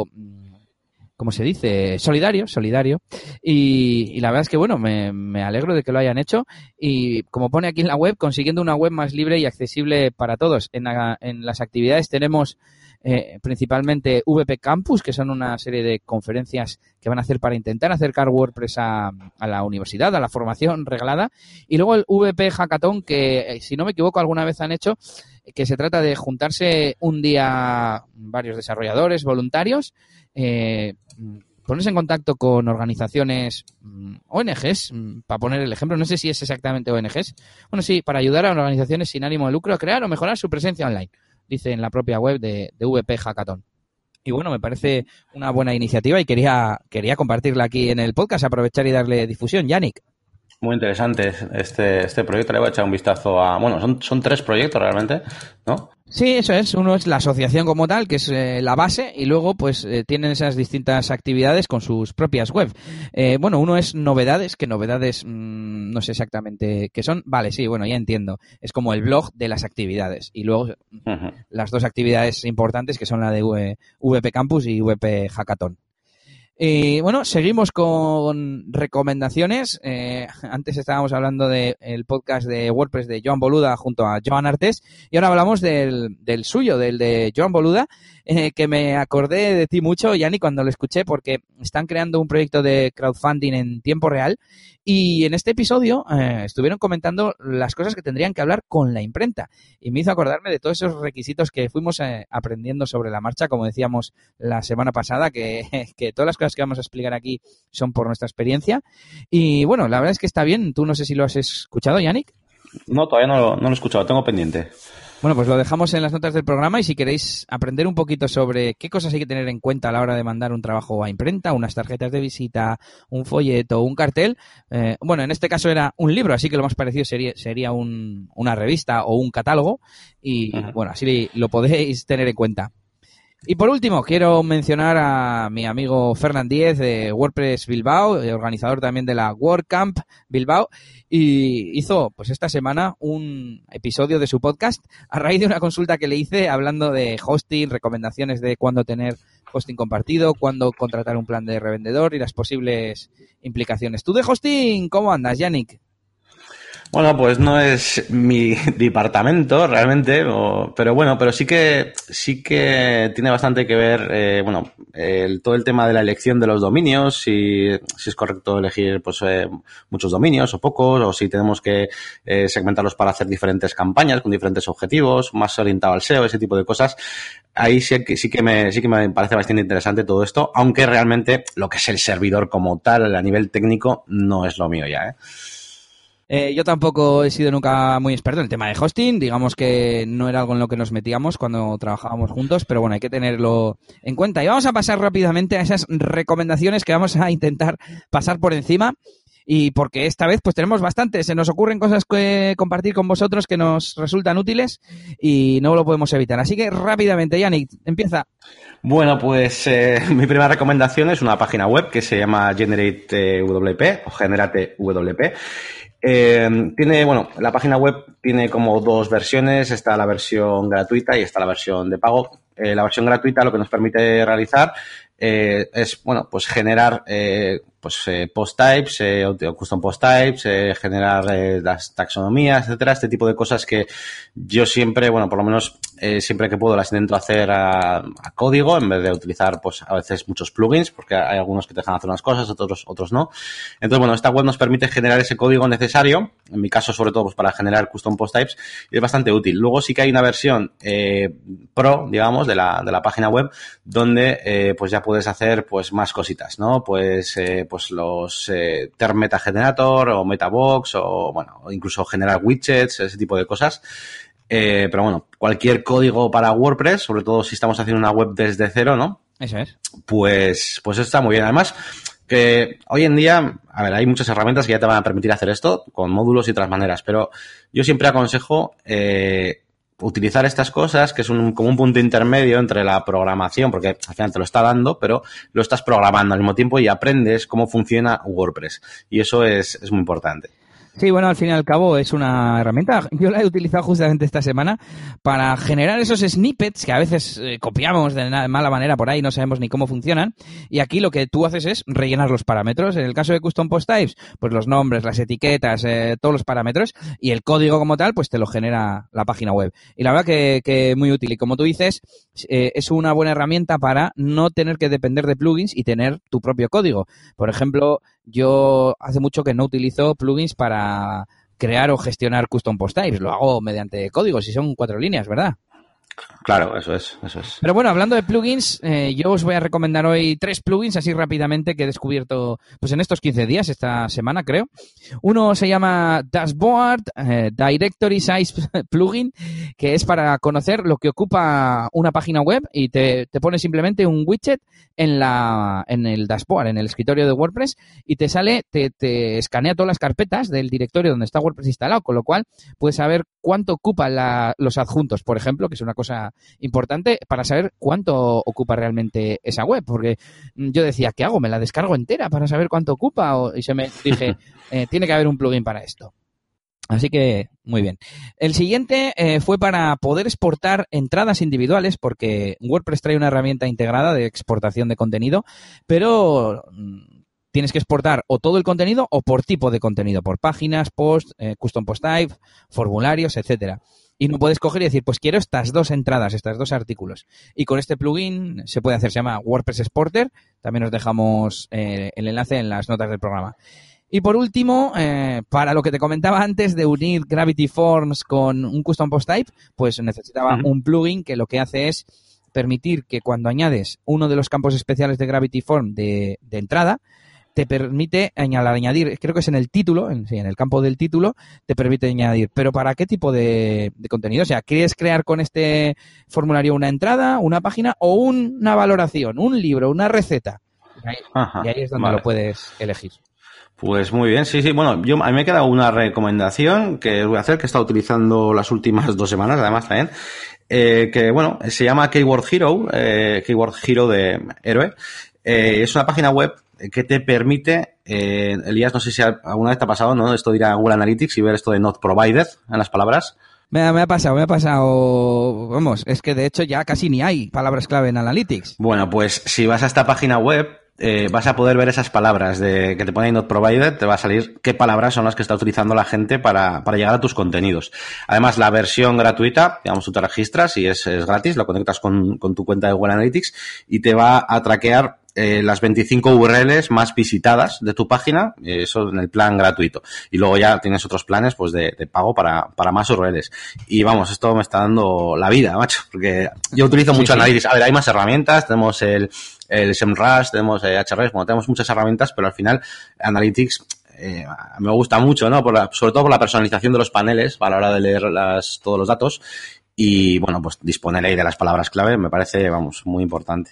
¿cómo se dice? Solidario, solidario. Y, y la verdad es que, bueno, me, me alegro de que lo hayan hecho. Y como pone aquí en la web, consiguiendo una web más libre y accesible para todos. En, la, en las actividades tenemos eh, principalmente V P Campus, que son una serie de conferencias que van a hacer para intentar acercar WordPress a, a la universidad, a la formación reglada, y luego el V P Hackathon, que si no me equivoco alguna vez han hecho, que se trata de juntarse un día varios desarrolladores voluntarios, eh, ponerse en contacto con organizaciones O N Ges, para poner el ejemplo, no sé si es exactamente O N Ges, bueno, sí, para ayudar a organizaciones sin ánimo de lucro a crear o mejorar su presencia online, dice en la propia web de, de V P Hackathon. Y bueno, me parece una buena iniciativa y quería, quería compartirla aquí en el podcast, aprovechar y darle difusión. Yannick. Muy interesante este, este proyecto. Le voy a echar un vistazo a... Bueno, son, son tres proyectos realmente, ¿no? Sí, eso es. Uno es la asociación como tal, que es eh, la base, y luego pues eh, tienen esas distintas actividades con sus propias web. Eh, bueno, uno es novedades, que novedades mmm, no sé exactamente qué son. Vale, sí, bueno, ya entiendo. Es como el blog de las actividades. Y luego uh-huh. las dos actividades importantes, que son la de V P Campus y V P Hackathon. Y bueno, seguimos con recomendaciones. Eh, antes estábamos hablando del podcast de WordPress de Joan Boluda junto a Joan Artés, y ahora hablamos del, del suyo, del de Joan Boluda, eh, que me acordé de ti mucho, Yanni, cuando lo escuché, porque están creando un proyecto de crowdfunding en tiempo real, y en este episodio eh, estuvieron comentando las cosas que tendrían que hablar con la imprenta, y me hizo acordarme de todos esos requisitos que fuimos eh, aprendiendo sobre la marcha, como decíamos la semana pasada, que, que todas las cosas que vamos a explicar aquí son por nuestra experiencia. Y bueno, la verdad es que está bien. Tú no sé si lo has escuchado, Yannick. No, todavía no lo, no lo he escuchado, lo tengo pendiente. Bueno, pues lo dejamos en las notas del programa, y si queréis aprender un poquito sobre qué cosas hay que tener en cuenta a la hora de mandar un trabajo a imprenta, unas tarjetas de visita, un folleto, un cartel, eh, bueno, en este caso era un libro, así que lo más parecido sería, sería un, una revista o un catálogo, y uh-huh. bueno, así lo podéis tener en cuenta. Y por último, quiero mencionar a mi amigo Fernán Díez de WordPress Bilbao, organizador también de la WordCamp Bilbao, y hizo pues esta semana un episodio de su podcast a raíz de una consulta que le hice hablando de hosting, recomendaciones de cuándo tener hosting compartido, cuándo contratar un plan de revendedor y las posibles implicaciones. ¿Tú de hosting cómo andas, Yannick? Bueno, pues no es mi departamento realmente, o, pero bueno, pero sí que sí que tiene bastante que ver, eh, bueno, el, todo el tema de la elección de los dominios, si, si es correcto elegir pues eh, muchos dominios o pocos, o si tenemos que eh, segmentarlos para hacer diferentes campañas con diferentes objetivos, más orientado al S E O, ese tipo de cosas. Ahí sí que sí que me sí que me parece bastante interesante todo esto, aunque realmente lo que es el servidor como tal a nivel técnico no es lo mío ya, ¿eh? Eh, yo tampoco he sido nunca muy experto en el tema de hosting, digamos que no era algo en lo que nos metíamos cuando trabajábamos juntos, pero bueno, hay que tenerlo en cuenta. Y vamos a pasar rápidamente a esas recomendaciones que vamos a intentar pasar por encima, y porque esta vez pues tenemos bastante, se nos ocurren cosas que compartir con vosotros que nos resultan útiles y no lo podemos evitar. Así que rápidamente, Yannick, empieza. Bueno, pues eh, mi primera recomendación es una página web que se llama Generate W P o Generate W P. Eh, tiene, bueno, la página web tiene como dos versiones, está la versión gratuita y está la versión de pago. Eh, la versión gratuita lo que nos permite realizar eh, es, bueno, pues generar eh, pues eh, post types, eh, o custom post types, eh, generar eh, las taxonomías, etcétera, este tipo de cosas que yo siempre, bueno, por lo menos eh, siempre que puedo las intento hacer a, a código en vez de utilizar, pues a veces muchos plugins, porque hay algunos que te dejan hacer unas cosas, otros otros no. Entonces, bueno, esta web nos permite generar ese código necesario, en mi caso sobre todo pues para generar custom post types, y es bastante útil. Luego sí que hay una versión eh, pro, digamos, de la de la página web, donde eh, pues ya puedes hacer pues más cositas, ¿no? Pues eh, pues los eh, term meta generator o metabox o bueno, o incluso generar widgets, ese tipo de cosas. Eh, pero bueno, cualquier código para WordPress, sobre todo si estamos haciendo una web desde cero, ¿no? Eso es. Pues, pues está muy bien. Además, que hoy en día, a ver, hay muchas herramientas que ya te van a permitir hacer esto con módulos y otras maneras, pero yo siempre aconsejo eh, utilizar estas cosas, que es un, como un punto intermedio entre la programación, porque al final te lo está dando, pero lo estás programando al mismo tiempo y aprendes cómo funciona WordPress. Y eso es, es muy importante. Sí, bueno, al fin y al cabo es una herramienta. Yo la he utilizado justamente esta semana para generar esos snippets que a veces eh, copiamos de na- mala manera por ahí, no sabemos ni cómo funcionan. Y aquí lo que tú haces es rellenar los parámetros. En el caso de Custom Post Types, pues los nombres, las etiquetas, eh, todos los parámetros y el código como tal, pues te lo genera la página web. Y la verdad que, que muy útil. Y como tú dices, eh, es una buena herramienta para no tener que depender de plugins y tener tu propio código. Por ejemplo, yo hace mucho que no utilizo plugins para crear o gestionar custom post types. Lo hago mediante códigos y son cuatro líneas, ¿verdad? Claro, eso es, eso es. Pero bueno, hablando de plugins, eh, yo os voy a recomendar hoy tres plugins así rápidamente que he descubierto pues en estos quince días, esta semana creo. Uno se llama Dashboard eh, Directory Size Plugin, que es para conocer lo que ocupa una página web y te, te pone simplemente un widget en la en el dashboard, en el escritorio de WordPress y te sale, te, te escanea todas las carpetas del directorio donde está WordPress instalado, con lo cual puedes saber cuánto ocupan la, los adjuntos, por ejemplo, que es una cosa importante para saber cuánto ocupa realmente esa web, porque yo decía, ¿qué hago? ¿Me la descargo entera para saber cuánto ocupa? O, y se me dije, eh, tiene que haber un plugin para esto. Así que, muy bien. El siguiente eh, fue para poder exportar entradas individuales, porque WordPress trae una herramienta integrada de exportación de contenido, pero mm, tienes que exportar o todo el contenido o por tipo de contenido, por páginas, post, eh, custom post type, formularios, etcétera. Y no puedes coger y decir, pues quiero estas dos entradas, estos dos artículos. Y con este plugin se puede hacer, se llama WordPress Exporter. También os dejamos eh, el enlace en las notas del programa. Y por último, eh, para lo que te comentaba antes de unir Gravity Forms con un Custom Post Type, pues necesitaba uh-huh. un plugin que lo que hace es permitir que cuando añades uno de los campos especiales de Gravity Form de, de entrada, te permite añadir, creo que es en el título, en, sí, en el campo del título, te permite añadir. ¿Pero para qué tipo de, de contenido? O sea, ¿quieres crear con este formulario una entrada, una página o un, una valoración, un libro, una receta? Y ahí, Ajá, y ahí es donde vale. lo puedes elegir. Pues muy bien, sí, sí. Bueno, yo a mí me queda una recomendación que voy a hacer, que he estado utilizando las últimas dos semanas, además también, eh, que bueno, se llama Keyword Hero, eh, Keyword Hero de héroe. Eh, es una página web que te permite, eh, Elías, no sé si alguna vez te ha pasado, ¿no? Esto de ir a Google Analytics y ver esto de not provided en las palabras. Me ha, me ha pasado, me ha pasado, vamos, es que de hecho ya casi ni hay palabras clave en Analytics. Bueno, pues si vas a esta página web, eh, vas a poder ver esas palabras de que te pone not provided, te va a salir qué palabras son las que está utilizando la gente para, para llegar a tus contenidos. Además, la versión gratuita, digamos, tú te registras y es, es gratis, lo conectas con, con tu cuenta de Google Analytics y te va a traquear Eh, las veinticinco U R Ls más visitadas de tu página, eh, eso en el plan gratuito. Y luego ya tienes otros planes pues de, de pago para, para más U R Ls. Y vamos, esto me está dando la vida, macho, porque yo utilizo mucho sí, Analytics. Sí. A ver, hay más herramientas, tenemos el, el SEMrush, tenemos el H R S, bueno, tenemos muchas herramientas, pero al final Analytics eh, me gusta mucho, ¿no? Por la, sobre todo por la personalización de los paneles a la hora de leer las, todos los datos. Y bueno, pues disponer ahí de las palabras clave me parece, vamos, muy importante.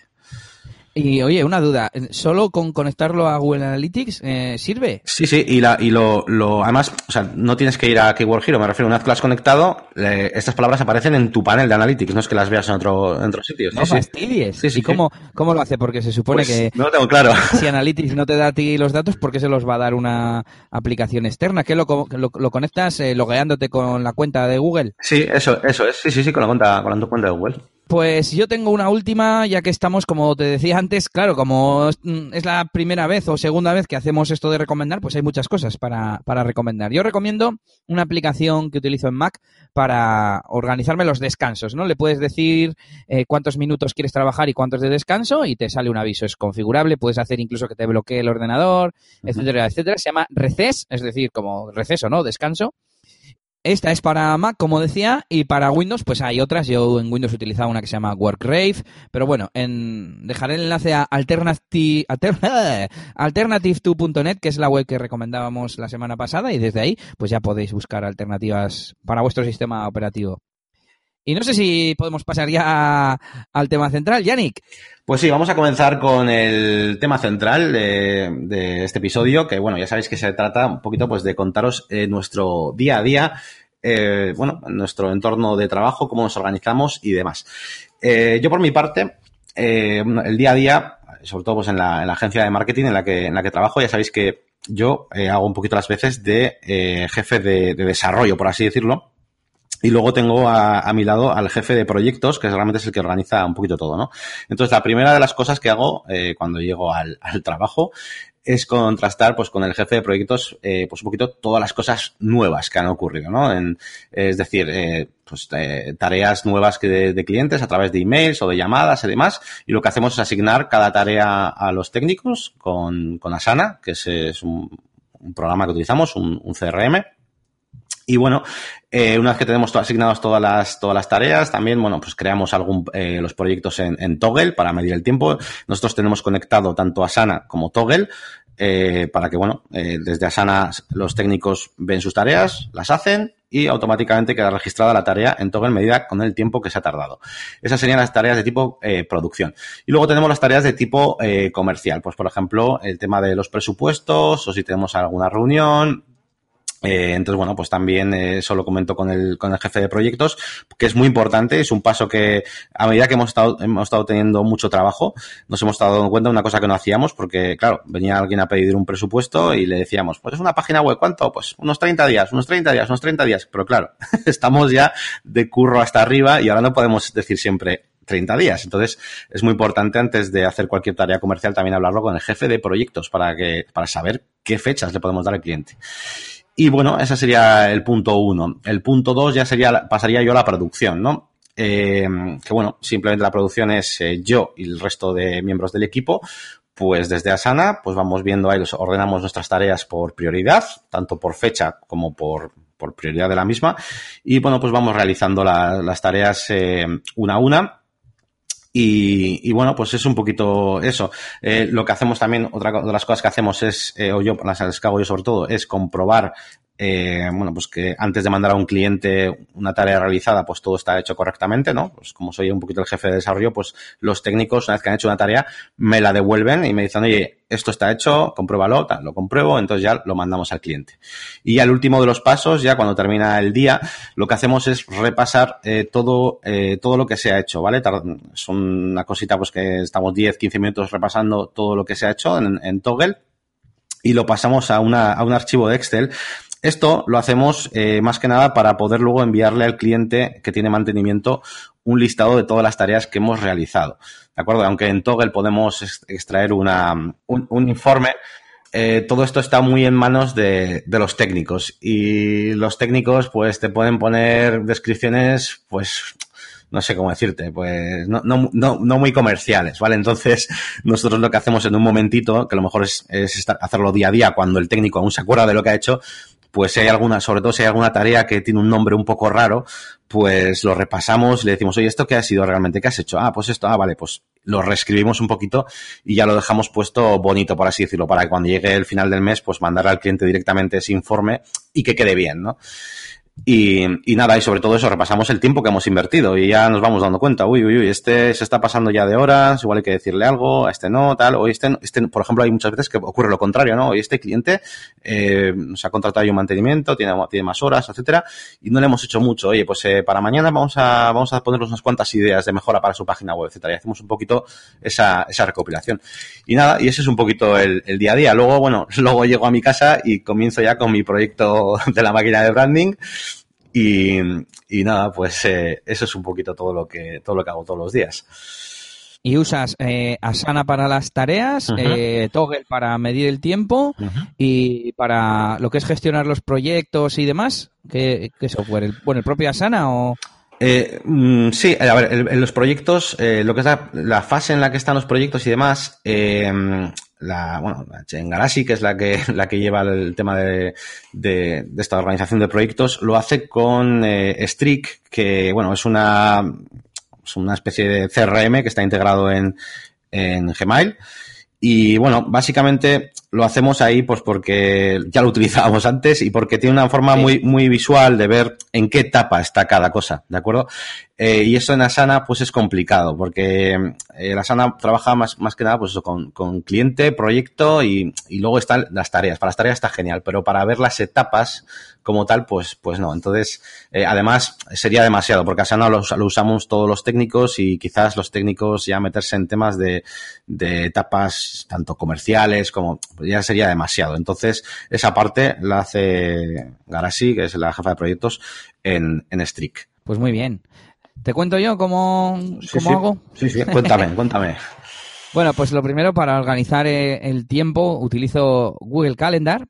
Y oye, una duda, ¿solo con conectarlo a Google Analytics eh, sirve? Sí, sí, y, la, y lo, lo, además, o sea, no tienes que ir a Keyword Hero, me refiero, una vez que lo has conectado, eh, estas palabras aparecen en tu panel de Analytics, no es que las veas en otro, en otro sitio. No sí, fastidies. Sí, sí, ¿Y cómo, sí. cómo lo hace? Porque se supone pues, que no lo tengo claro. Si Analytics no te da a ti los datos, ¿por qué se los va a dar una aplicación externa? ¿Qué lo, lo, lo conectas eh, logueando con la cuenta de Google? Sí, eso, eso es, sí, sí, sí, con la cuenta, con la cuenta de Google. Pues yo tengo una última, ya que estamos, como te decía antes, claro, como es la primera vez o segunda vez que hacemos esto de recomendar, pues hay muchas cosas para, para recomendar. Yo recomiendo una aplicación que utilizo en Mac para organizarme los descansos, ¿no? Le puedes decir eh, cuántos minutos quieres trabajar y cuántos de descanso y te sale un aviso. Es configurable, puedes hacer incluso que te bloquee el ordenador, uh-huh. etcétera, etcétera. Se llama Recess, es decir, como receso, ¿no? Descanso. Esta es para Mac, como decía, y para Windows, pues hay otras. Yo en Windows utilizaba una que se llama Workrave, pero bueno, en, dejaré el enlace a alternative, alter, alternative two punto net, que es la web que recomendábamos la semana pasada, y desde ahí pues ya podéis buscar alternativas para vuestro sistema operativo. Y no sé si podemos pasar ya al tema central, Yannick. Pues sí, vamos a comenzar con el tema central de, de este episodio, que bueno, ya sabéis que se trata un poquito pues de contaros eh, nuestro día a día, eh, bueno, nuestro entorno de trabajo, cómo nos organizamos y demás. Eh, yo por mi parte, eh, el día a día, sobre todo pues en la, en la agencia de marketing en la que, en la que trabajo, ya sabéis que yo eh, hago un poquito las veces de eh, jefe de, de desarrollo, por así decirlo. Y luego tengo a, a mi lado al jefe de proyectos, que realmente es el que organiza un poquito todo, ¿no? Entonces, la primera de las cosas que hago eh, cuando llego al, al trabajo es contrastar, pues, con el jefe de proyectos, eh, pues, un poquito todas las cosas nuevas que han ocurrido, ¿no? En, es decir, eh, pues, eh, tareas nuevas que de, de clientes a través de emails o de llamadas y demás. Y lo que hacemos es asignar cada tarea a los técnicos con, con Asana, que es, es un, un programa que utilizamos, un, un C R M. Y bueno, eh, una vez que tenemos to- asignadas todas las todas las tareas, también, bueno, pues creamos algún eh, los proyectos en, en Toggle para medir el tiempo. Nosotros tenemos conectado tanto Asana como Toggle eh, para que, bueno, eh, desde Asana los técnicos ven sus tareas, las hacen y automáticamente queda registrada la tarea en Toggle medida con el tiempo que se ha tardado. Esas serían las tareas de tipo eh, producción. Y luego tenemos las tareas de tipo eh, comercial. Pues, por ejemplo, el tema de los presupuestos o si tenemos alguna reunión. Eh, entonces, bueno, pues también eh, eso lo comento con el, con el jefe de proyectos, que es muy importante, es un paso que a medida que hemos estado, hemos estado teniendo mucho trabajo, nos hemos estado dando cuenta de una cosa que no hacíamos, porque, claro, venía alguien a pedir un presupuesto y le decíamos, pues es una página web, ¿cuánto? Pues unos treinta días, unos treinta días, unos treinta días, pero claro, estamos ya de curro hasta arriba y ahora no podemos decir siempre treinta días. Entonces, es muy importante antes de hacer cualquier tarea comercial también hablarlo con el jefe de proyectos para que, para saber qué fechas le podemos dar al cliente. Y bueno, ese sería el punto uno. El punto dos ya sería, pasaría yo a la producción, ¿no? Eh, que bueno, simplemente la producción es eh, yo y el resto de miembros del equipo, pues desde Asana, pues vamos viendo ahí, ordenamos nuestras tareas por prioridad, tanto por fecha como por, por prioridad de la misma. Y bueno, pues vamos realizando la, las tareas eh, una a una. Y, y bueno, pues es un poquito eso. Eh, lo que hacemos también, otra de las cosas que hacemos es, eh, o yo, las que hago yo sobre todo, es comprobar, eh, bueno, pues que antes de mandar a un cliente una tarea realizada, pues todo está hecho correctamente, ¿no? Pues como soy un poquito el jefe de desarrollo, pues los técnicos, una vez que han hecho una tarea, me la devuelven y me dicen, oye, esto está hecho, compruébalo, tal, lo compruebo, entonces ya lo mandamos al cliente. Y al último de los pasos, ya cuando termina el día, lo que hacemos es repasar eh, todo eh, todo lo que se ha hecho, ¿vale? Es una cosita pues que estamos diez, quince minutos repasando todo lo que se ha hecho en, en Toggle y lo pasamos a, una, a un archivo de Excel. Esto lo hacemos eh, más que nada para poder luego enviarle al cliente que tiene mantenimiento un listado de todas las tareas que hemos realizado, ¿de acuerdo? Aunque en Toggle podemos extraer una, un, un informe, eh, todo esto está muy en manos de, de los técnicos y los técnicos pues te pueden poner descripciones pues no sé cómo decirte, pues no, no, no, no muy comerciales, ¿vale? Entonces, nosotros lo que hacemos en un momentito, que a lo mejor es, es estar, hacerlo día a día cuando el técnico aún se acuerda de lo que ha hecho, pues si hay alguna, sobre todo si hay alguna tarea que tiene un nombre un poco raro, pues lo repasamos y le decimos, oye, ¿esto qué ha sido realmente? ¿Qué has hecho? Ah, pues esto, ah, vale, pues lo reescribimos un poquito y ya lo dejamos puesto bonito, por así decirlo, para que cuando llegue el final del mes, pues mandar al cliente directamente ese informe y que quede bien, ¿no? Y, y nada, y sobre todo eso, repasamos el tiempo que hemos invertido y ya nos vamos dando cuenta, uy, uy, uy, este se está pasando ya de horas, igual hay que decirle algo, a este no, tal, o este, este por ejemplo, hay muchas veces que ocurre lo contrario, ¿no? Hoy este cliente eh, nos ha contratado ya un mantenimiento, tiene, tiene más horas, etcétera, y no le hemos hecho mucho, oye, pues eh, para mañana vamos a vamos a ponernos unas cuantas ideas de mejora para su página web, etcétera, y hacemos un poquito esa, esa recopilación. Y nada, y ese es un poquito el, el día a día. Luego, bueno, luego llego a mi casa y comienzo ya con mi proyecto de la máquina de branding. Y, y nada, pues eh, eso es un poquito todo lo que todo lo que hago todos los días. Y usas eh, Asana para las tareas, uh-huh. eh, Toggle para medir el tiempo uh-huh. y para lo que es gestionar los proyectos y demás. ¿Qué, qué software? ¿El, bueno, el propio Asana o...? Eh, mm, sí, a ver, en, en los proyectos, eh, lo que es la, la fase en la que están los proyectos y demás, eh, la, bueno, la Chengarasi, que es la que, la que lleva el tema de, de, de esta organización de proyectos, lo hace con eh, Streak, que, bueno, es una, es una especie de C R M que está integrado en, en Gmail. Y bueno, básicamente lo hacemos ahí pues porque ya lo utilizábamos antes y porque tiene una forma sí. muy muy visual de ver en qué etapa está cada cosa, ¿de acuerdo? Eh, y eso en Asana pues es complicado porque eh, el Asana trabaja más más que nada pues eso, con, con cliente, proyecto y, y luego están las tareas. Para las tareas está genial, pero para ver las etapas como tal, pues pues no. Entonces, eh, además sería demasiado porque Asana lo, lo usamos todos los técnicos y quizás los técnicos ya meterse en temas de, de etapas tanto comerciales como ya sería demasiado. Entonces, esa parte la hace Garasi, que es la jefa de proyectos, en, en Streak. Pues muy bien. ¿Te cuento yo cómo, Sí, cómo sí, hago? sí, sí, cuéntame, cuéntame. Bueno, pues lo primero, para organizar eh, el tiempo, utilizo Google Calendar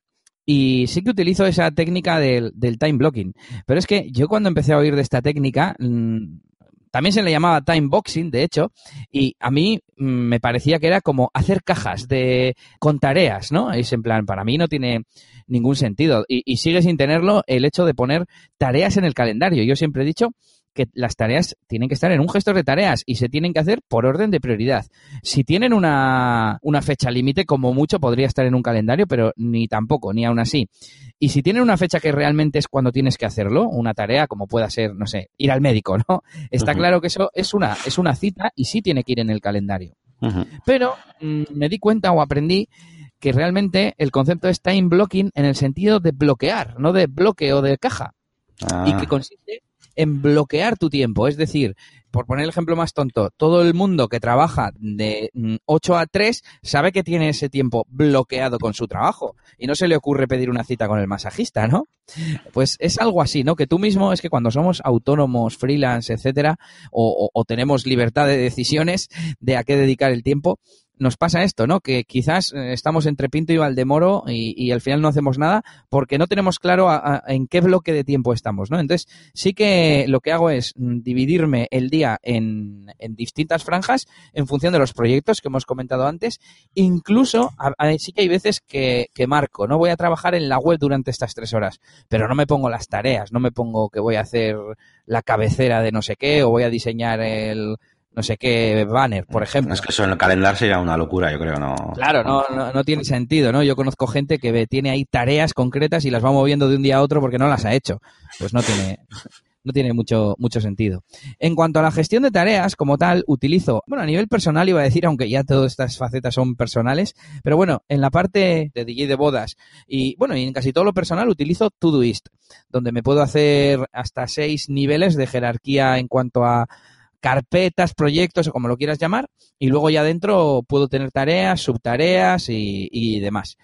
y sí que utilizo esa técnica del, del time blocking. Pero es que yo cuando empecé a oír de esta técnica, mmm, también se le llamaba time boxing, de hecho, y a mí mmm, me parecía que era como hacer cajas de con tareas, ¿no? Es en plan, para mí no tiene ningún sentido. Y, y sigue sin tenerlo el hecho de poner tareas en el calendario. Yo siempre he dicho que las tareas tienen que estar en un gestor de tareas y se tienen que hacer por orden de prioridad. Si tienen una, una fecha límite, como mucho podría estar en un calendario, pero ni tampoco, ni aún así. Y si tienen una fecha que realmente es cuando tienes que hacerlo, una tarea como pueda ser, no sé, ir al médico, ¿no? Está uh-huh. claro que eso es una, es una cita y sí tiene que ir en el calendario. Uh-huh. Pero mmm, me di cuenta o aprendí que realmente el concepto es time blocking en el sentido de bloquear, no de bloque o de caja. Ah. Y que consiste en bloquear tu tiempo. Es decir, por poner el ejemplo más tonto, todo el mundo que trabaja de ocho a tres sabe que tiene ese tiempo bloqueado con su trabajo y no se le ocurre pedir una cita con el masajista, ¿no? Pues es algo así, ¿no? Que tú mismo, es que cuando somos autónomos, freelance, etcétera, o, o, o tenemos libertad de decisiones de a qué dedicar el tiempo, nos pasa esto, ¿no? Que quizás estamos entre Pinto y Valdemoro y, y al final no hacemos nada porque no tenemos claro a, a, en qué bloque de tiempo estamos, ¿no? Entonces, sí que lo que hago es dividirme el día en, en distintas franjas en función de los proyectos que hemos comentado antes. Incluso, a, a, sí que hay veces que, que marco, ¿no? Voy a trabajar en la web durante estas tres horas, pero no me pongo las tareas, no me pongo que voy a hacer la cabecera de no sé qué o voy a diseñar el... no sé qué banner, por ejemplo. Es que eso en el calendario sería una locura, yo creo, ¿no? Claro, no, no, no tiene sentido, ¿no? Yo conozco gente que ve, tiene ahí tareas concretas y las va moviendo de un día a otro porque no las ha hecho. Pues no tiene, no tiene mucho, mucho sentido. En cuanto a la gestión de tareas, como tal, utilizo, bueno, a nivel personal iba a decir, aunque ya todas estas facetas son personales, pero bueno, en la parte de D J de bodas y, bueno, y en casi todo lo personal utilizo Todoist, donde me puedo hacer hasta seis niveles de jerarquía en cuanto a carpetas, proyectos o como lo quieras llamar, y luego ya dentro puedo tener tareas, subtareas y, y demás.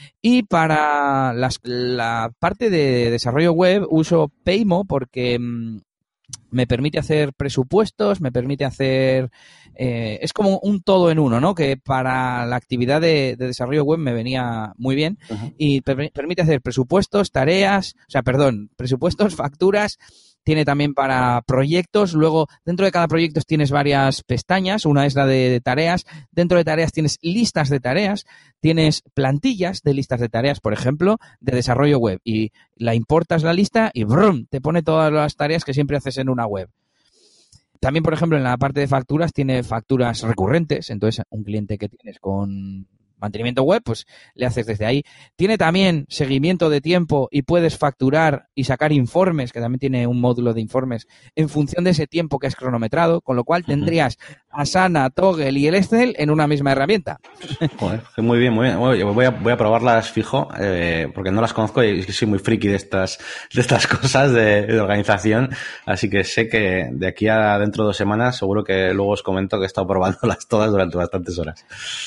Y para las, la parte de desarrollo web uso Paymo porque mmm, me permite hacer presupuestos, me permite hacer... Eh, es como un todo en uno, ¿no? Que para la actividad de, de desarrollo web me venía muy bien. Uh-huh. Y per- permite hacer presupuestos, tareas, o sea, perdón, presupuestos, facturas... Tiene también para proyectos, luego dentro de cada proyecto tienes varias pestañas, una es la de tareas, dentro de tareas tienes listas de tareas, tienes plantillas de listas de tareas, por ejemplo, de desarrollo web y la importas la lista y ¡brum!, te pone todas las tareas que siempre haces en una web. También, por ejemplo, en la parte de facturas tiene facturas recurrentes, entonces un cliente que tienes con mantenimiento web, pues le haces desde ahí. Tiene también seguimiento de tiempo y puedes facturar y sacar informes, que también tiene un módulo de informes en función de ese tiempo que has cronometrado, con lo cual tendrías Asana, Toggle y el Excel en una misma herramienta. Joder, muy bien, muy bien. Voy a, voy a probarlas fijo, eh, porque no las conozco y soy muy friki de estas, de estas cosas de, de organización, así que sé que de aquí a dentro de dos semanas seguro que luego os comento que he estado probándolas todas durante bastantes horas.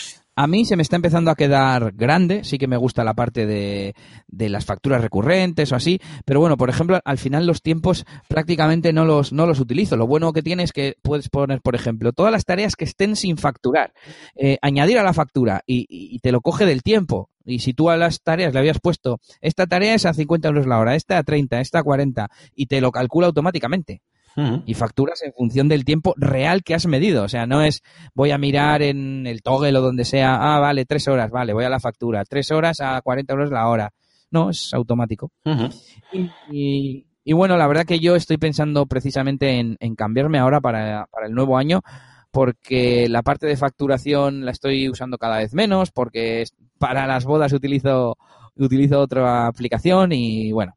A mí se me está empezando a quedar grande, sí que me gusta la parte de, de las facturas recurrentes o así, pero bueno, por ejemplo, al final los tiempos prácticamente no los, no los utilizo. Lo bueno que tiene es que puedes poner, por ejemplo, todas las tareas que estén sin facturar, eh, añadir a la factura y, y te lo coge del tiempo. Y si tú a las tareas le habías puesto, esta tarea es a cincuenta euros la hora, esta a treinta, esta a cuarenta, y te lo calcula automáticamente. Uh-huh. Y facturas en función del tiempo real que has medido. O sea, no es voy a mirar en el Toggle o donde sea, ah, vale, tres horas, vale, voy a la factura, tres horas a cuarenta euros la hora. No, es automático. Uh-huh. Y, y, y bueno, la verdad que yo estoy pensando precisamente en, en cambiarme ahora para, para el nuevo año, porque la parte de facturación la estoy usando cada vez menos, porque para las bodas utilizo, utilizo otra aplicación y bueno...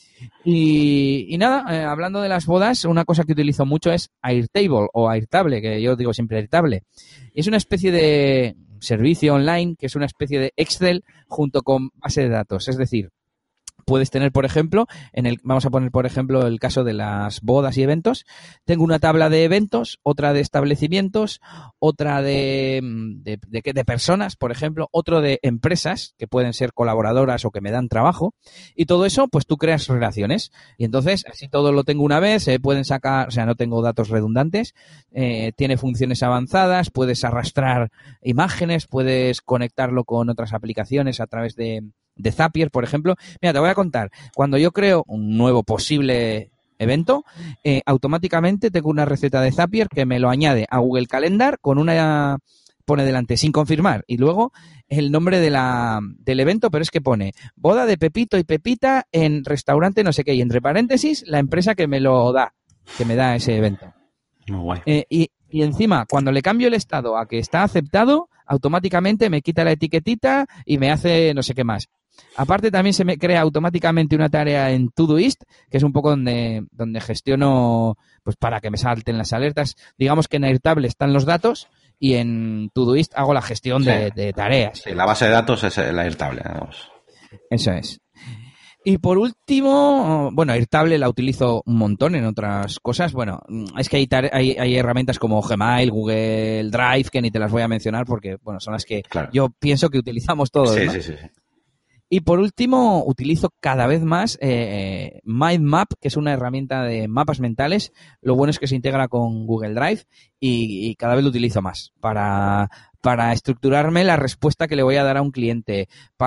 Y, y nada, eh, hablando de las bodas, una cosa que utilizo mucho es Airtable o Airtable, que yo digo siempre Airtable. Es una especie de servicio online que es una especie de Excel junto con base de datos. Es decir, puedes tener, por ejemplo, en el, vamos a poner, por ejemplo, el caso de las bodas y eventos. Tengo una tabla de eventos, otra de establecimientos, otra de, de, de, de personas, por ejemplo, otro de empresas que pueden ser colaboradoras o que me dan trabajo. Y todo eso, pues tú creas relaciones. Y entonces, así todo lo tengo una vez, se eh, pueden sacar, o sea, no tengo datos redundantes, eh, tiene funciones avanzadas, puedes arrastrar imágenes, puedes conectarlo con otras aplicaciones a través de de Zapier, por ejemplo. Mira, te voy a contar, cuando yo creo un nuevo posible evento, eh, automáticamente tengo una receta de Zapier que me lo añade a Google Calendar con una, pone delante sin confirmar y luego el nombre de la, del evento, pero es que pone boda de Pepito y Pepita en restaurante no sé qué y entre paréntesis la empresa que me lo da, que me da ese evento. Muy guay. Eh, y, y encima, cuando le cambio el estado a que está aceptado, automáticamente me quita la etiquetita y me hace no sé qué más. Aparte, también se me crea automáticamente una tarea en Todoist, que es un poco donde, donde gestiono, pues para que me salten las alertas. Digamos que en Airtable están los datos y en Todoist hago la gestión de, sí. de tareas. Sí, la base de datos es el Airtable. Vamos. Eso es. Y por último, bueno, Airtable la utilizo un montón en otras cosas. Bueno, es que hay, hay, hay herramientas como Gmail, Google Drive, que ni te las voy a mencionar porque, bueno, son las que claro. yo pienso que utilizamos todos, sí, ¿no? Sí, sí, sí. Y por último, utilizo cada vez más eh, MindMap, que es una herramienta de mapas mentales. Lo bueno es que se integra con Google Drive y, y cada vez lo utilizo más para, para estructurarme la respuesta que le voy a dar a un cliente.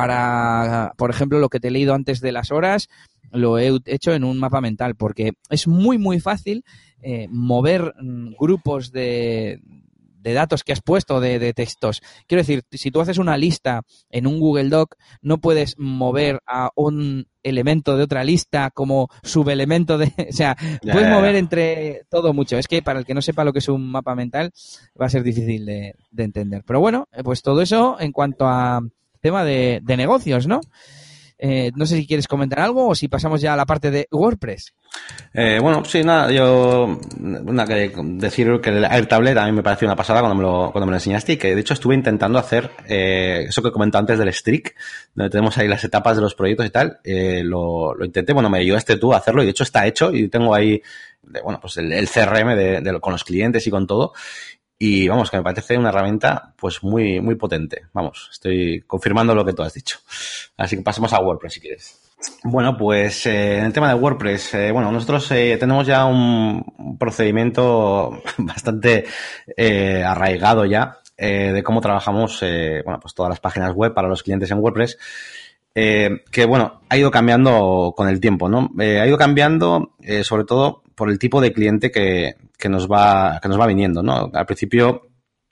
Para, por ejemplo, lo que te he leído antes de las horas, lo he hecho en un mapa mental porque es muy, muy fácil eh, mover grupos de... de datos que has puesto, de, de textos. Quiero decir, si tú haces una lista en un Google Doc, no puedes mover a un elemento de otra lista como subelemento de... O sea, ya, puedes ya, mover ya. entre todo mucho. Es que para el que no sepa lo que es un mapa mental, va a ser difícil de, de entender. Pero bueno, pues todo eso en cuanto a tema de, de negocios, ¿no? Eh, no sé si quieres comentar algo o si pasamos ya a la parte de WordPress. Eh, bueno, sí, nada, yo una, que decir que el Airtable también me pareció una pasada cuando me lo, cuando me lo enseñaste y que de hecho estuve intentando hacer eh, eso que comentaba antes del Streak, donde tenemos ahí las etapas de los proyectos y tal, eh, lo, lo intenté, bueno, me ayudaste tú a hacerlo y de hecho está hecho y tengo ahí, de, bueno, pues el, el C R M de, de, con los clientes y con todo. Y vamos, que me parece una herramienta pues muy, muy potente. Vamos, estoy confirmando lo que tú has dicho. Así que pasemos a WordPress si quieres. Bueno, pues eh, en el tema de WordPress, eh, bueno, nosotros eh, tenemos ya un procedimiento bastante eh, arraigado ya eh, de cómo trabajamos, eh, bueno, pues todas las páginas web para los clientes en WordPress. Eh, que bueno, ha ido cambiando con el tiempo, ¿no? Eh, ha ido cambiando eh, sobre todo por el tipo de cliente que, que nos va, que nos va viniendo, ¿no? Al principio,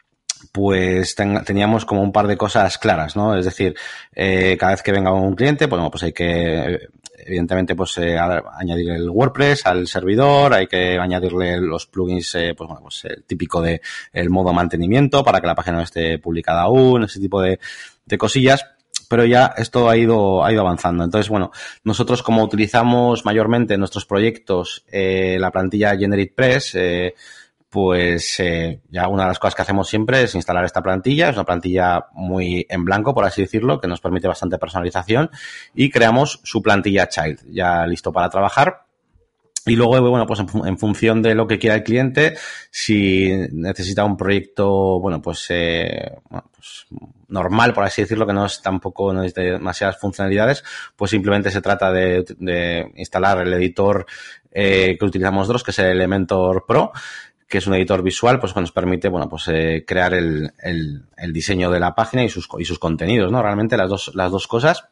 pues ten, teníamos como un par de cosas claras, ¿no? Es decir, eh, cada vez que venga un cliente, pues, bueno, pues hay que, evidentemente, pues eh, añadir el WordPress al servidor, hay que añadirle los plugins, eh, pues bueno, pues el típico de el modo mantenimiento para que la página no esté publicada aún, ese tipo de, de cosillas. Pero ya esto ha ido, ha ido avanzando. Entonces, bueno, nosotros como utilizamos mayormente en nuestros proyectos eh, la plantilla GeneratePress, eh, pues eh, ya una de las cosas que hacemos siempre es instalar esta plantilla. Es una plantilla muy en blanco, por así decirlo, que nos permite bastante personalización y creamos su plantilla Child, ya listo para trabajar. Y luego, bueno, pues en, en función de lo que quiera el cliente, si necesita un proyecto, bueno, pues, eh, bueno, pues normal, por así decirlo, que no es tampoco, no necesita demasiadas funcionalidades, pues simplemente se trata de, de instalar el editor eh, que utilizamos nosotros, que es el Elementor Pro, que es un editor visual, pues que nos permite, bueno, pues eh, crear el, el, el diseño de la página y sus, y sus contenidos, ¿no? Realmente las dos, las dos cosas.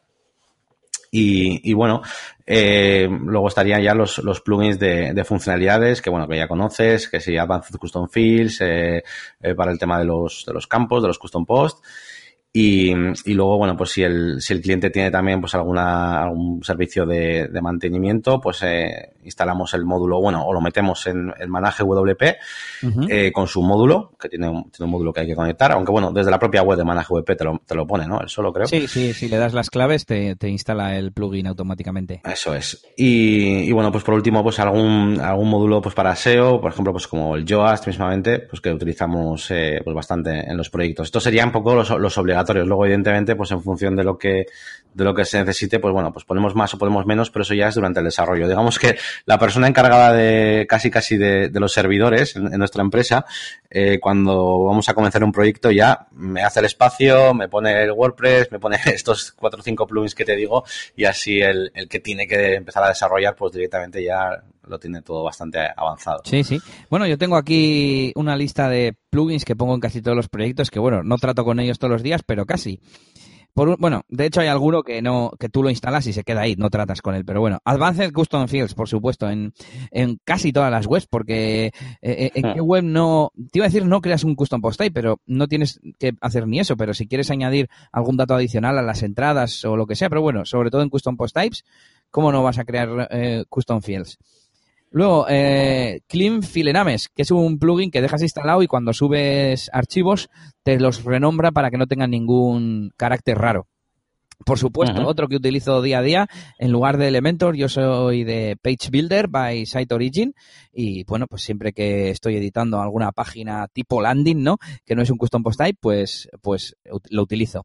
Y, y bueno, eh, luego estarían ya los, los plugins de, de funcionalidades que, bueno, que ya conoces, que si Advanced Custom Fields, eh, eh, para el tema de los, de los campos, de los custom posts. Y, y luego, bueno, pues si el, si el cliente tiene también pues alguna, algún servicio de, de mantenimiento, pues eh, instalamos el módulo, bueno, o lo metemos en el Manage W P uh-huh. eh, con su módulo, que tiene un, tiene un módulo que hay que conectar, aunque bueno, desde la propia web de Manage W P te lo, te lo pone, ¿no? Él solo, creo. Sí, sí, si le das las claves te, te instala el plugin automáticamente. Eso es. Y, y bueno, pues por último, pues algún, algún módulo pues para S E O, por ejemplo, pues como el Yoast mismamente, pues que utilizamos eh, pues bastante en los proyectos. Estos serían un poco los, los obligados obligatorios. Luego, evidentemente, pues en función de lo que de lo que se necesite, pues bueno, pues ponemos más o ponemos menos, pero eso ya es durante el desarrollo. Digamos que la persona encargada de casi casi de, de los servidores en, en nuestra empresa, eh, cuando vamos a comenzar un proyecto ya me hace el espacio, me pone el WordPress, me pone estos cuatro o cinco plugins que te digo y así el, el que tiene que empezar a desarrollar pues directamente ya lo tiene todo bastante avanzado. Sí, sí. Bueno, yo tengo aquí una lista de plugins que pongo en casi todos los proyectos que, bueno, no trato con ellos todos los días, pero casi. Por un, bueno, de hecho hay alguno que no que tú lo instalas y se queda ahí, no tratas con él, pero bueno, Advanced Custom Fields, por supuesto, en, en casi todas las webs, porque eh, en qué web no, te iba a decir no creas un custom post type, pero no tienes que hacer ni eso, pero si quieres añadir algún dato adicional a las entradas o lo que sea, pero bueno, sobre todo en custom post types, ¿cómo no vas a crear eh, custom fields? Luego, eh, Clean Filenames, que es un plugin que dejas instalado y cuando subes archivos te los renombra para que no tengan ningún carácter raro. Por supuesto, uh-huh. Otro que utilizo día a día, en lugar de Elementor, yo soy de Page Builder by Site Origin y bueno, pues siempre que estoy editando alguna página tipo landing, ¿no? Que no es un custom post type, pues, pues lo utilizo.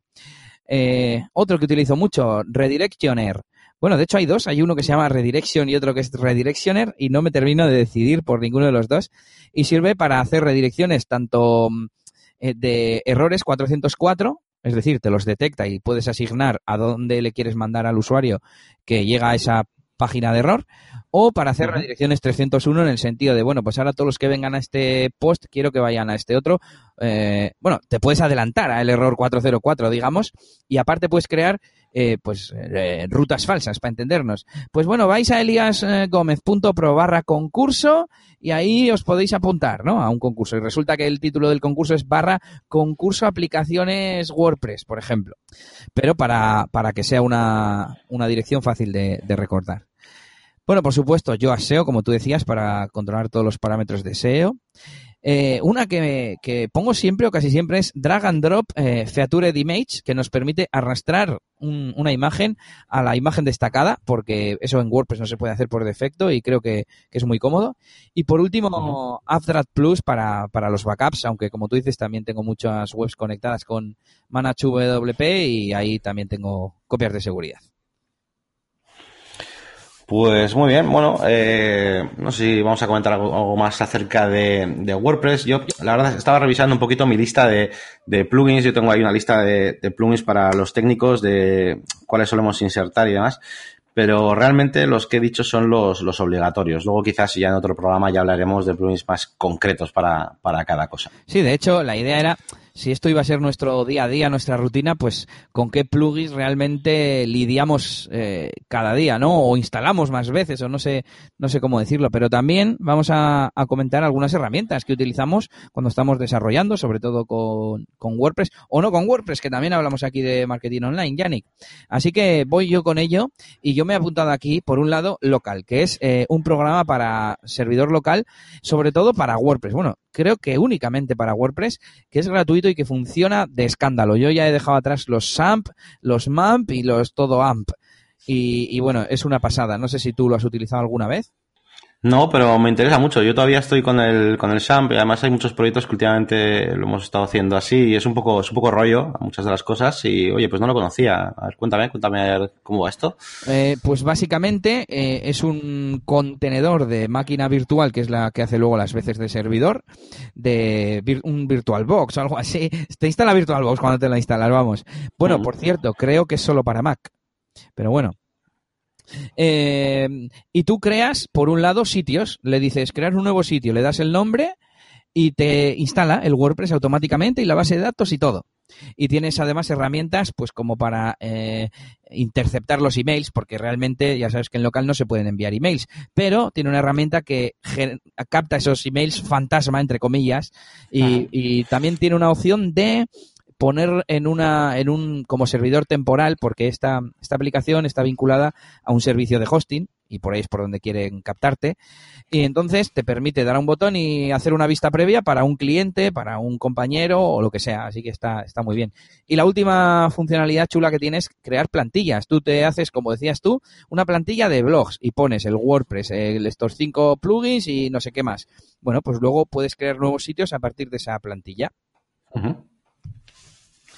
Eh, otro que utilizo mucho, Redirectioner. Bueno, de hecho hay dos, hay uno que se llama Redirection y otro que es Redirectioner y no me termino de decidir por ninguno de los dos y sirve para hacer redirecciones tanto eh, de errores cuatrocientos cuatro, es decir, te los detecta y puedes asignar a dónde le quieres mandar al usuario que llega a esa página de error, o para hacer uh-huh. redirecciones trescientos uno en el sentido de, bueno, pues ahora todos los que vengan a este post quiero que vayan a este otro. Eh, bueno, te puedes adelantar al error cuatrocientos cuatro, digamos, y aparte puedes crear eh, pues eh, rutas falsas, para entendernos. Pues bueno, vais a eliasgomez.pro barra concurso y ahí os podéis apuntar, ¿no? A un concurso. Y resulta que el título del concurso es barra concurso aplicaciones WordPress, por ejemplo. Pero para, para que sea una, una dirección fácil de, de recordar. Bueno, por supuesto, yo a S E O, como tú decías, para controlar todos los parámetros de S E O. Eh, una que, que pongo siempre o casi siempre es drag and drop eh, featured image, que nos permite arrastrar un, una imagen a la imagen destacada, porque eso en WordPress no se puede hacer por defecto y creo que, que es muy cómodo. Y por último, uh-huh. Updraft Plus para, para los backups, aunque como tú dices, también tengo muchas webs conectadas con ManageWP y ahí también tengo copias de seguridad. Pues muy bien, bueno, eh, no sé si vamos a comentar algo, algo más acerca de, de WordPress. Yo, la verdad, estaba revisando un poquito mi lista de, de plugins. Yo tengo ahí una lista de, de plugins para los técnicos, de cuáles solemos insertar y demás. Pero realmente los que he dicho son los, los obligatorios. Luego quizás ya en otro programa ya hablaremos de plugins más concretos para, para cada cosa. Sí, de hecho, la idea era, si esto iba a ser nuestro día a día, nuestra rutina, pues con qué plugins realmente lidiamos eh, cada día, ¿no? O instalamos más veces, o no sé, no sé cómo decirlo. Pero también vamos a, a comentar algunas herramientas que utilizamos cuando estamos desarrollando, sobre todo con, con WordPress, o no con WordPress, que también hablamos aquí de marketing online, Yannick. Así que voy yo con ello y yo me he apuntado aquí, por un lado, Local, que es eh, un programa para servidor local, sobre todo para WordPress. Bueno, creo que únicamente para WordPress, que es gratuito y que funciona de escándalo. Yo ya he dejado atrás los SAMP, los MAMP y los todo AMP. Y, y bueno, es una pasada. No sé si tú lo has utilizado alguna vez. No, pero me interesa mucho. Yo todavía estoy con el con el SAMP y además hay muchos proyectos que últimamente lo hemos estado haciendo así y es un poco es un poco rollo a muchas de las cosas y oye, pues no lo conocía. A ver, cuéntame, cuéntame a ver cómo va esto. Eh, pues básicamente eh, es un contenedor de máquina virtual que es la que hace luego las veces de servidor, de vir- un VirtualBox o algo así. Te instala VirtualBox cuando te la instalas, vamos. Bueno, mm. por cierto, creo que es solo para Mac. Pero bueno. Eh, y tú creas, por un lado, sitios. Le dices, crear un nuevo sitio, le das el nombre y te instala el WordPress automáticamente y la base de datos y todo. Y tienes además herramientas pues como para eh, interceptar los emails, porque realmente ya sabes que en local no se pueden enviar emails, pero tiene una herramienta que gen- capta esos emails fantasma, entre comillas, y, y también tiene una opción de poner en una en un como servidor temporal, porque esta esta aplicación está vinculada a un servicio de hosting y por ahí es por donde quieren captarte, y entonces te permite dar a un botón y hacer una vista previa para un cliente, para un compañero o lo que sea, así que está está muy bien. Y la última funcionalidad chula que tienes es crear plantillas. Tú te haces, como decías tú, una plantilla de blogs y pones el WordPress, el, estos cinco plugins y no sé qué más. Bueno, pues luego puedes crear nuevos sitios a partir de esa plantilla. Uh-huh.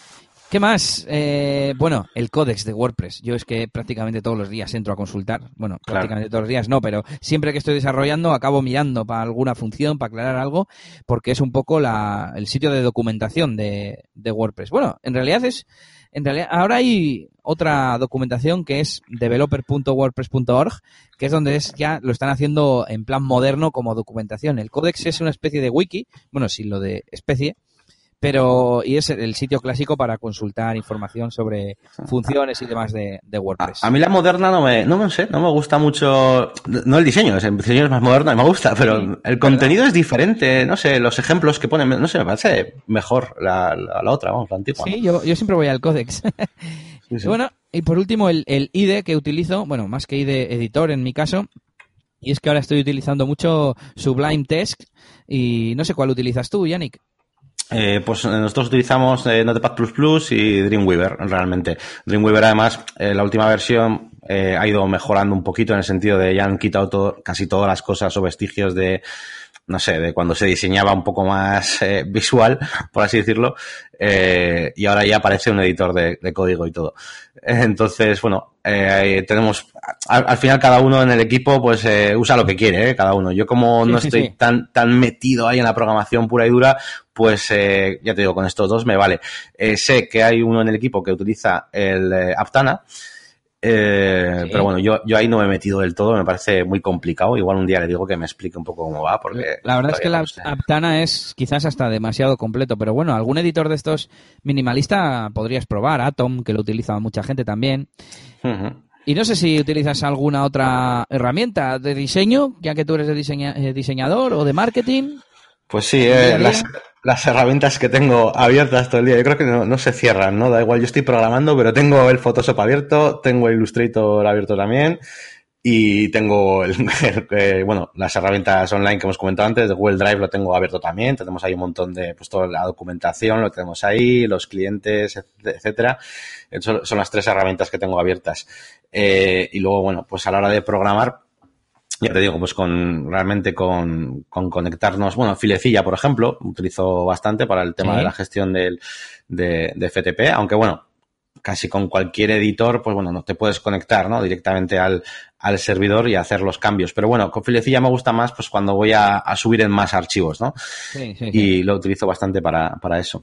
¿Qué más? Eh, bueno, el códex de WordPress. Yo es que prácticamente todos los días entro a consultar. Bueno, prácticamente claro. todos los días no, pero siempre que estoy desarrollando acabo mirando para alguna función, para aclarar algo, porque es un poco la, el sitio de documentación de, de WordPress. Bueno, en realidad es... En realidad, ahora hay otra documentación que es developer punto wordpress punto org, que es donde es ya lo están haciendo en plan moderno como documentación. El códex es una especie de wiki, bueno, sin lo de especie, pero y es el sitio clásico para consultar información sobre funciones y demás de, de WordPress. A, a mí la moderna no me, no me sé, no me gusta mucho, no el diseño, el diseño es más moderno y me gusta, pero sí, el contenido ¿verdad? Es diferente, no sé, los ejemplos que ponen, no sé, me parece mejor la, la, la otra, vamos, la antigua. Sí, ¿no? yo, yo siempre voy al códex. Sí, sí. Y bueno, y por último el, el I D E que utilizo, bueno, más que I D E editor en mi caso, y es que ahora estoy utilizando mucho Sublime Text y no sé cuál utilizas tú, Yannick. Eh, pues nosotros utilizamos eh, Notepad plus plus y Dreamweaver, realmente. Dreamweaver, además, eh, la última versión eh, ha ido mejorando un poquito en el sentido de ya han quitado todo, casi todas las cosas o vestigios de, no sé, de cuando se diseñaba un poco más eh, visual, por así decirlo, eh, y ahora ya aparece un editor de, de código y todo. Entonces, bueno, eh, tenemos, al, al final cada uno en el equipo pues eh, usa lo que quiere, ¿eh? Cada uno. Yo como sí, no estoy sí, sí. tan tan metido ahí en la programación pura y dura, pues eh, ya te digo, con estos dos me vale. Eh, sé que hay uno en el equipo que utiliza el eh, Aptana, eh, sí. pero bueno, yo, yo ahí no me he metido del todo, me parece muy complicado. Igual un día le digo que me explique un poco cómo va, porque... La verdad es que la no sé. Aptana es quizás hasta demasiado completo, pero bueno, algún editor de estos minimalista podrías probar, Atom, que lo utiliza mucha gente también. Uh-huh. Y no sé si utilizas alguna otra herramienta de diseño, ya que tú eres de diseña, eh, diseñador o de marketing. Pues sí, eh, las, las herramientas que tengo abiertas todo el día, yo creo que no, no se cierran, ¿no? Da igual, yo estoy programando, pero tengo el Photoshop abierto, tengo el Illustrator abierto también y tengo, el, el, eh, bueno, las herramientas online que hemos comentado antes, de Google Drive lo tengo abierto también, tenemos ahí un montón de, pues toda la documentación lo tenemos ahí, los clientes, etcétera. Son, son las tres herramientas que tengo abiertas. Eh, y luego, bueno, pues a la hora de programar, ya te digo, pues con realmente con, con conectarnos, bueno, Filecilla, por ejemplo, utilizo bastante para el tema ¿sí? de la gestión del, de, de F T P, aunque bueno, casi con cualquier editor, pues bueno, no te puedes conectar, ¿no? Directamente al, al servidor y hacer los cambios. Pero bueno, con Filecilla me gusta más pues cuando voy a, a subir en más archivos, ¿no? Sí, sí, y sí. lo utilizo bastante para, para eso.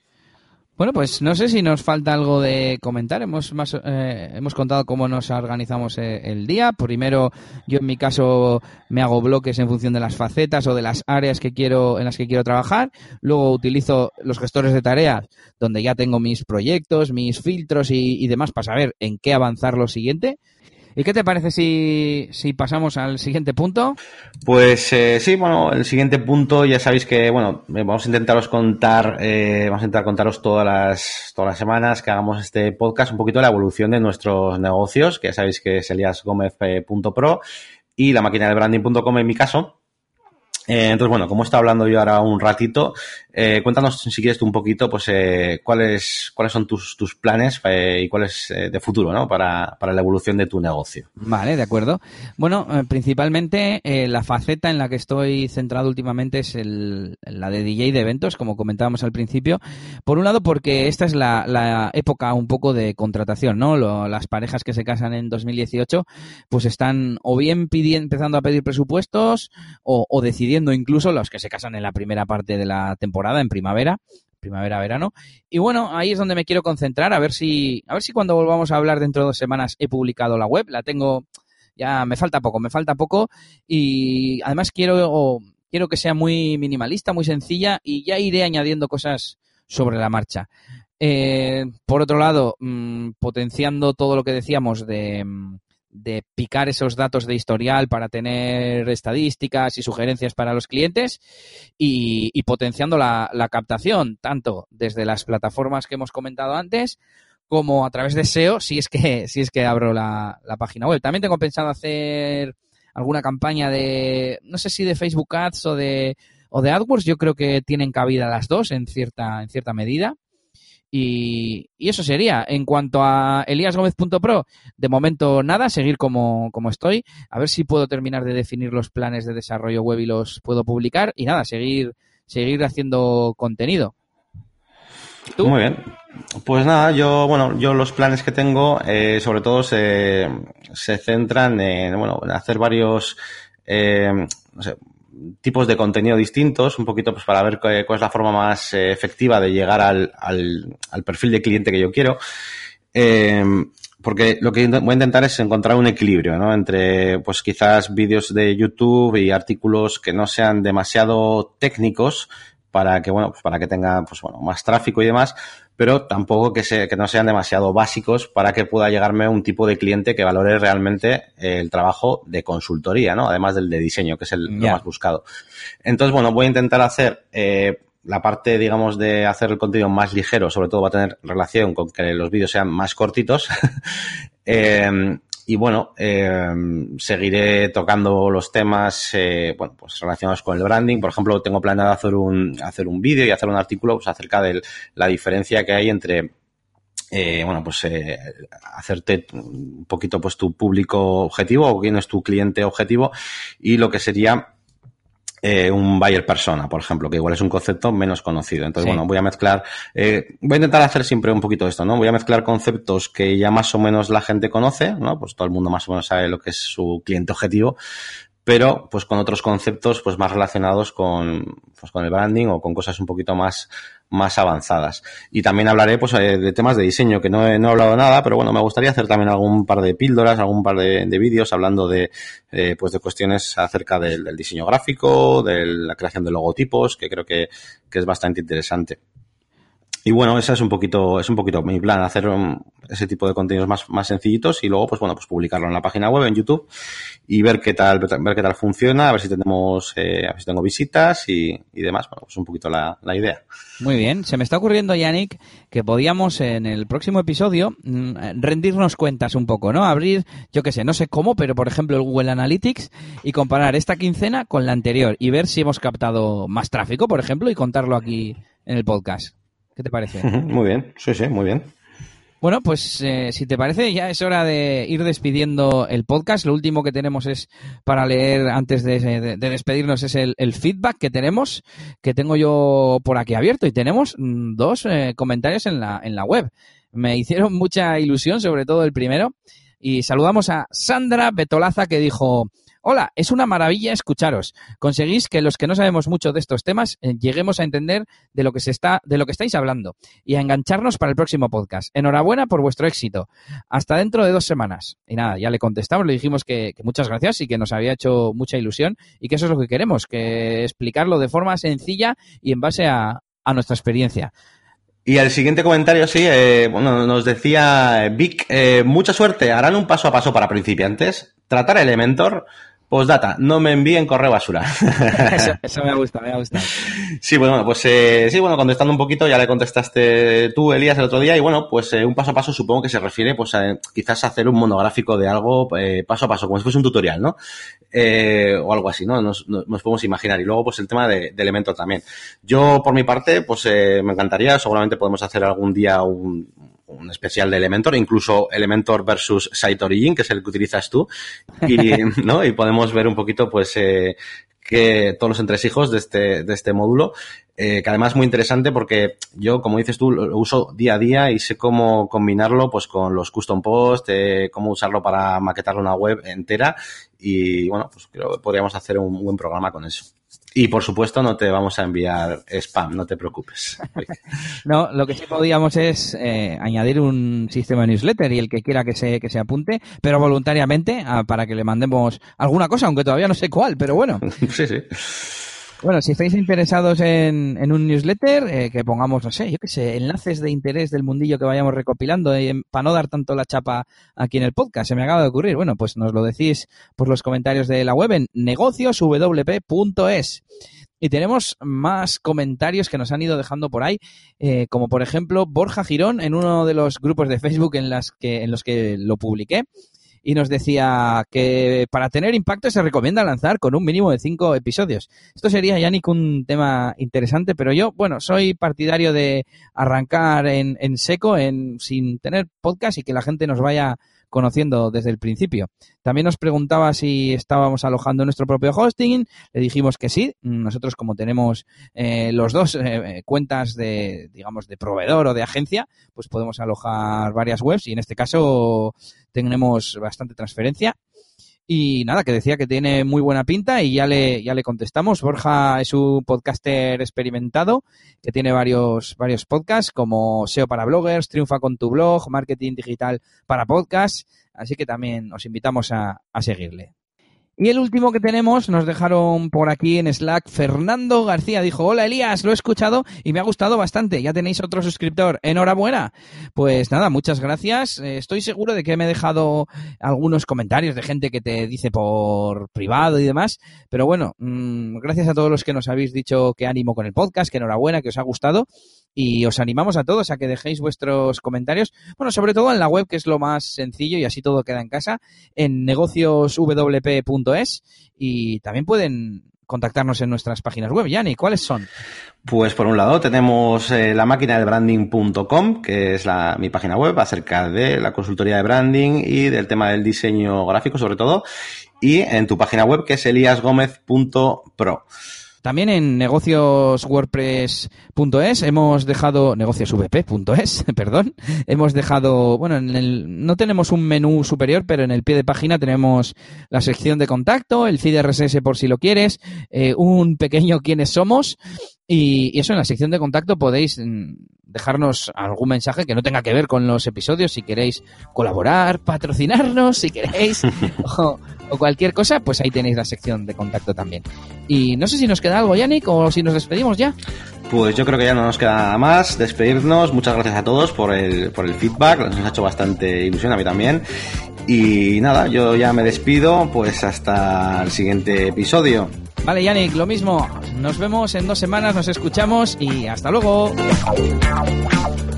Bueno, pues no sé si nos falta algo de comentar. Hemos más, eh, hemos contado cómo nos organizamos eh, el día. Primero, yo en mi caso me hago bloques en función de las facetas o de las áreas que quiero en las que quiero trabajar. Luego utilizo los gestores de tareas, donde ya tengo mis proyectos, mis filtros y, y demás para saber en qué avanzar lo siguiente. ¿Y qué te parece si, si pasamos al siguiente punto? Pues eh, sí, bueno, el siguiente punto ya sabéis que, bueno, vamos a intentaros contar, eh, vamos a intentar contaros todas las, todas las semanas que hagamos este podcast un poquito de la evolución de nuestros negocios, que ya sabéis que es elias gomez punto pro y la máquina del branding punto com en mi caso. Eh, entonces, bueno, como he estado hablando yo ahora un ratito, eh, cuéntanos si quieres tú un poquito, pues, eh, cuáles cuáles son tus, tus planes eh, y cuáles eh, de futuro, ¿no? Para, para la evolución de tu negocio. Vale, de acuerdo. Bueno, eh, principalmente eh, la faceta en la que estoy centrado últimamente es el, la de D J de eventos, como comentábamos al principio. Por un lado, porque esta es la, la época un poco de contratación, ¿no? Lo, las parejas que se casan en dos mil dieciocho, pues están o bien pidiendo, empezando a pedir presupuestos o, o decidiendo incluso los que se casan en la primera parte de la temporada, en primavera, primavera-verano. Y bueno, ahí es donde me quiero concentrar, a ver si, a ver si cuando volvamos a hablar dentro de dos semanas he publicado la web, la tengo, ya me falta poco, me falta poco y además quiero, quiero que sea muy minimalista, muy sencilla y ya iré añadiendo cosas sobre la marcha. Eh, por otro lado, mmm, potenciando todo lo que decíamos de... de picar esos datos de historial para tener estadísticas y sugerencias para los clientes y, y potenciando la, la captación, tanto desde las plataformas que hemos comentado antes como a través de S E O, si es que, si es que abro la, la página web. También tengo pensado hacer alguna campaña de, no sé si de Facebook Ads o de, o de AdWords, yo creo que tienen cabida las dos en cierta, en cierta medida. Y, y eso sería. En cuanto a elias gomez punto pro, de momento nada, seguir como, como estoy, a ver si puedo terminar de definir los planes de desarrollo web y los puedo publicar y nada, seguir, seguir haciendo contenido. ¿Tú? Muy bien. Pues nada, yo, bueno, yo los planes que tengo, eh, sobre todo se, se centran en, bueno, en hacer varios, eh, no sé, tipos de contenido distintos, un poquito pues para ver cuál es la forma más eh, efectiva de llegar al, al, al perfil de cliente que yo quiero. Eh, porque lo que voy a intentar es encontrar un equilibrio, ¿no? Entre, pues quizás vídeos de YouTube y artículos que no sean demasiado técnicos para que, bueno, pues para que tenga, pues bueno, más tráfico y demás, pero tampoco que se, que no sean demasiado básicos para que pueda llegarme un tipo de cliente que valore realmente el trabajo de consultoría, ¿no? Además del de diseño, que es el, yeah. lo más buscado. Entonces, bueno, voy a intentar hacer, eh, la parte, digamos, de hacer el contenido más ligero, sobre todo va a tener relación con que los vídeos sean más cortitos. eh, y bueno, eh, seguiré tocando los temas, eh, bueno, pues relacionados con el branding. Por ejemplo, tengo planeado hacer un, hacer un vídeo y hacer un artículo pues, acerca de la diferencia que hay entre, eh, bueno, pues eh, hacerte un poquito pues tu público objetivo o quién es tu cliente objetivo y lo que sería Eh, un buyer persona, por ejemplo, que igual es un concepto menos conocido. Entonces, sí. bueno, voy a mezclar, eh, voy a intentar hacer siempre un poquito esto, ¿no? Voy a mezclar conceptos que ya más o menos la gente conoce, ¿no? Pues todo el mundo más o menos sabe lo que es su cliente objetivo, pero pues con otros conceptos pues más relacionados con, pues con el branding o con cosas un poquito más, más avanzadas. Y también hablaré pues de temas de diseño, que no he, no he hablado nada, pero bueno, me gustaría hacer también algún par de píldoras, algún par de, de vídeos hablando de, eh, pues de cuestiones acerca del, del diseño gráfico, de la creación de logotipos, que creo que, que es bastante interesante. Y bueno, ese es un poquito, es un poquito mi plan, hacer um, ese tipo de contenidos más, más sencillitos y luego, pues bueno, pues publicarlo en la página web, en YouTube y ver qué tal, ver qué tal funciona, a ver si tenemos, eh, a ver si tengo visitas y, y demás. Bueno, pues un poquito la, la idea. Muy bien. Se me está ocurriendo, Yannick, que podíamos en el próximo episodio mmm, rendirnos cuentas un poco, ¿no? Abrir, yo qué sé, no sé cómo, pero por ejemplo el Google Analytics y comparar esta quincena con la anterior y ver si hemos captado más tráfico, por ejemplo, y contarlo aquí en el podcast. ¿Qué te parece? Muy bien, sí, sí, muy bien. Bueno, pues eh, si te parece ya es hora de ir despidiendo el podcast. Lo último que tenemos es para leer antes de, de, de despedirnos es el, el feedback que tenemos, que tengo yo por aquí abierto y tenemos mm, dos eh, comentarios en la, en la web. Me hicieron mucha ilusión, sobre todo el primero, y saludamos a Sandra Betolaza que dijo: hola, es una maravilla escucharos. Conseguís que los que no sabemos mucho de estos temas eh, lleguemos a entender de lo que se está, de lo que estáis hablando y a engancharnos para el próximo podcast. Enhorabuena por vuestro éxito. Hasta dentro de dos semanas. Y nada, ya le contestamos, le dijimos que, que muchas gracias y que nos había hecho mucha ilusión y que eso es lo que queremos, que explicarlo de forma sencilla y en base a, a nuestra experiencia. Y el siguiente comentario, sí, eh, bueno, nos decía Vic, eh, mucha suerte, harán un paso a paso para principiantes, tratar Elementor. Postdata, no me envíen correo basura. Eso, eso me gusta, me gusta. Sí, bueno, pues eh, sí, bueno, contestando un poquito, ya le contestaste tú, Elías, el otro día, y bueno, pues eh, un paso a paso supongo que se refiere, pues a, quizás a hacer un monográfico de algo eh, paso a paso, como si fuese un tutorial, ¿no? Eh, o algo así, ¿no? Nos, nos, nos podemos imaginar. Y luego, pues el tema de, de Elementor también. Yo, por mi parte, pues eh, me encantaría, seguramente podemos hacer algún día un un especial de Elementor, incluso Elementor versus Site Origin, que es el que utilizas tú, y, ¿no? Y podemos ver un poquito, pues, eh, que todos los entresijos de este, de este módulo, eh, que además es muy interesante porque yo, como dices tú, lo uso día a día y sé cómo combinarlo, pues, con los custom posts, eh, cómo usarlo para maquetar una web entera y, bueno, pues creo que podríamos hacer un buen programa con eso. Y, por supuesto, no te vamos a enviar spam, no te preocupes. No, lo que sí podíamos es eh, añadir un sistema de newsletter y el que quiera que se, que se apunte, pero voluntariamente, a, para que le mandemos alguna cosa, aunque todavía no sé cuál, pero bueno. Sí, sí. Bueno, si estáis interesados en, en un newsletter, eh, que pongamos, no sé, yo qué sé, enlaces de interés del mundillo que vayamos recopilando, eh, para no dar tanto la chapa aquí en el podcast, se me acaba de ocurrir. Bueno, pues nos lo decís por los comentarios de la web en negocios w p punto es. Y tenemos más comentarios que nos han ido dejando por ahí, eh, como por ejemplo Borja Girón en uno de los grupos de Facebook en, las que, en los que lo publiqué. Y nos decía que para tener impacto se recomienda lanzar con un mínimo de cinco episodios. Esto sería, Yannick, un tema interesante, pero yo, bueno, soy partidario de arrancar en, en seco, en sin tener podcast y que la gente nos vaya conociendo desde el principio. También nos preguntaba si estábamos alojando nuestro propio hosting. Le dijimos que sí. Nosotros, como tenemos eh, los dos eh, cuentas de, digamos, de proveedor o de agencia, pues podemos alojar varias webs y en este caso tenemos bastante transferencia. Y nada, que decía que tiene muy buena pinta y ya le ya le contestamos. Borja es un podcaster experimentado que tiene varios varios podcasts como S E O para bloggers, Triunfa con tu blog, Marketing Digital para podcasts. Así que también os invitamos a, a seguirle. Y el último que tenemos, nos dejaron por aquí en Slack, Fernando García dijo: hola Elías, lo he escuchado y me ha gustado bastante, ya tenéis otro suscriptor, enhorabuena. Pues nada, muchas gracias, estoy seguro de que me he dejado algunos comentarios de gente que te dice por privado y demás, pero bueno, mmm, gracias a todos los que nos habéis dicho que ánimo con el podcast, que enhorabuena, que os ha gustado. Y os animamos a todos a que dejéis vuestros comentarios, bueno, sobre todo en la web, que es lo más sencillo y así todo queda en casa, en negocios w p punto es, y también pueden contactarnos en nuestras páginas web. Yanni, ¿cuáles son? Pues por un lado tenemos eh, la máquina de branding punto com, que es la, mi página web acerca de la consultoría de branding y del tema del diseño gráfico sobre todo, y en tu página web, que es elias gomez punto pro. También en negocios wordpress punto es hemos dejado, negocios v p punto es, perdón, hemos dejado, bueno, en el, no tenemos un menú superior, pero en el pie de página tenemos la sección de contacto, el feed R S S por si lo quieres, eh, un pequeño quiénes somos, y, y eso, en la sección de contacto podéis dejarnos algún mensaje que no tenga que ver con los episodios, si queréis colaborar, patrocinarnos, si queréis, o, o cualquier cosa, pues ahí tenéis la sección de contacto también. Y no sé si nos queda algo, Yannick, o si nos despedimos ya. Pues yo creo que ya no nos queda nada más, despedirnos. Muchas gracias a todos por el, por el feedback, nos ha hecho bastante ilusión, a mí también. Y nada, yo ya me despido, pues hasta el siguiente episodio. Vale, Yannick, lo mismo. Nos vemos en dos semanas, nos escuchamos y hasta luego.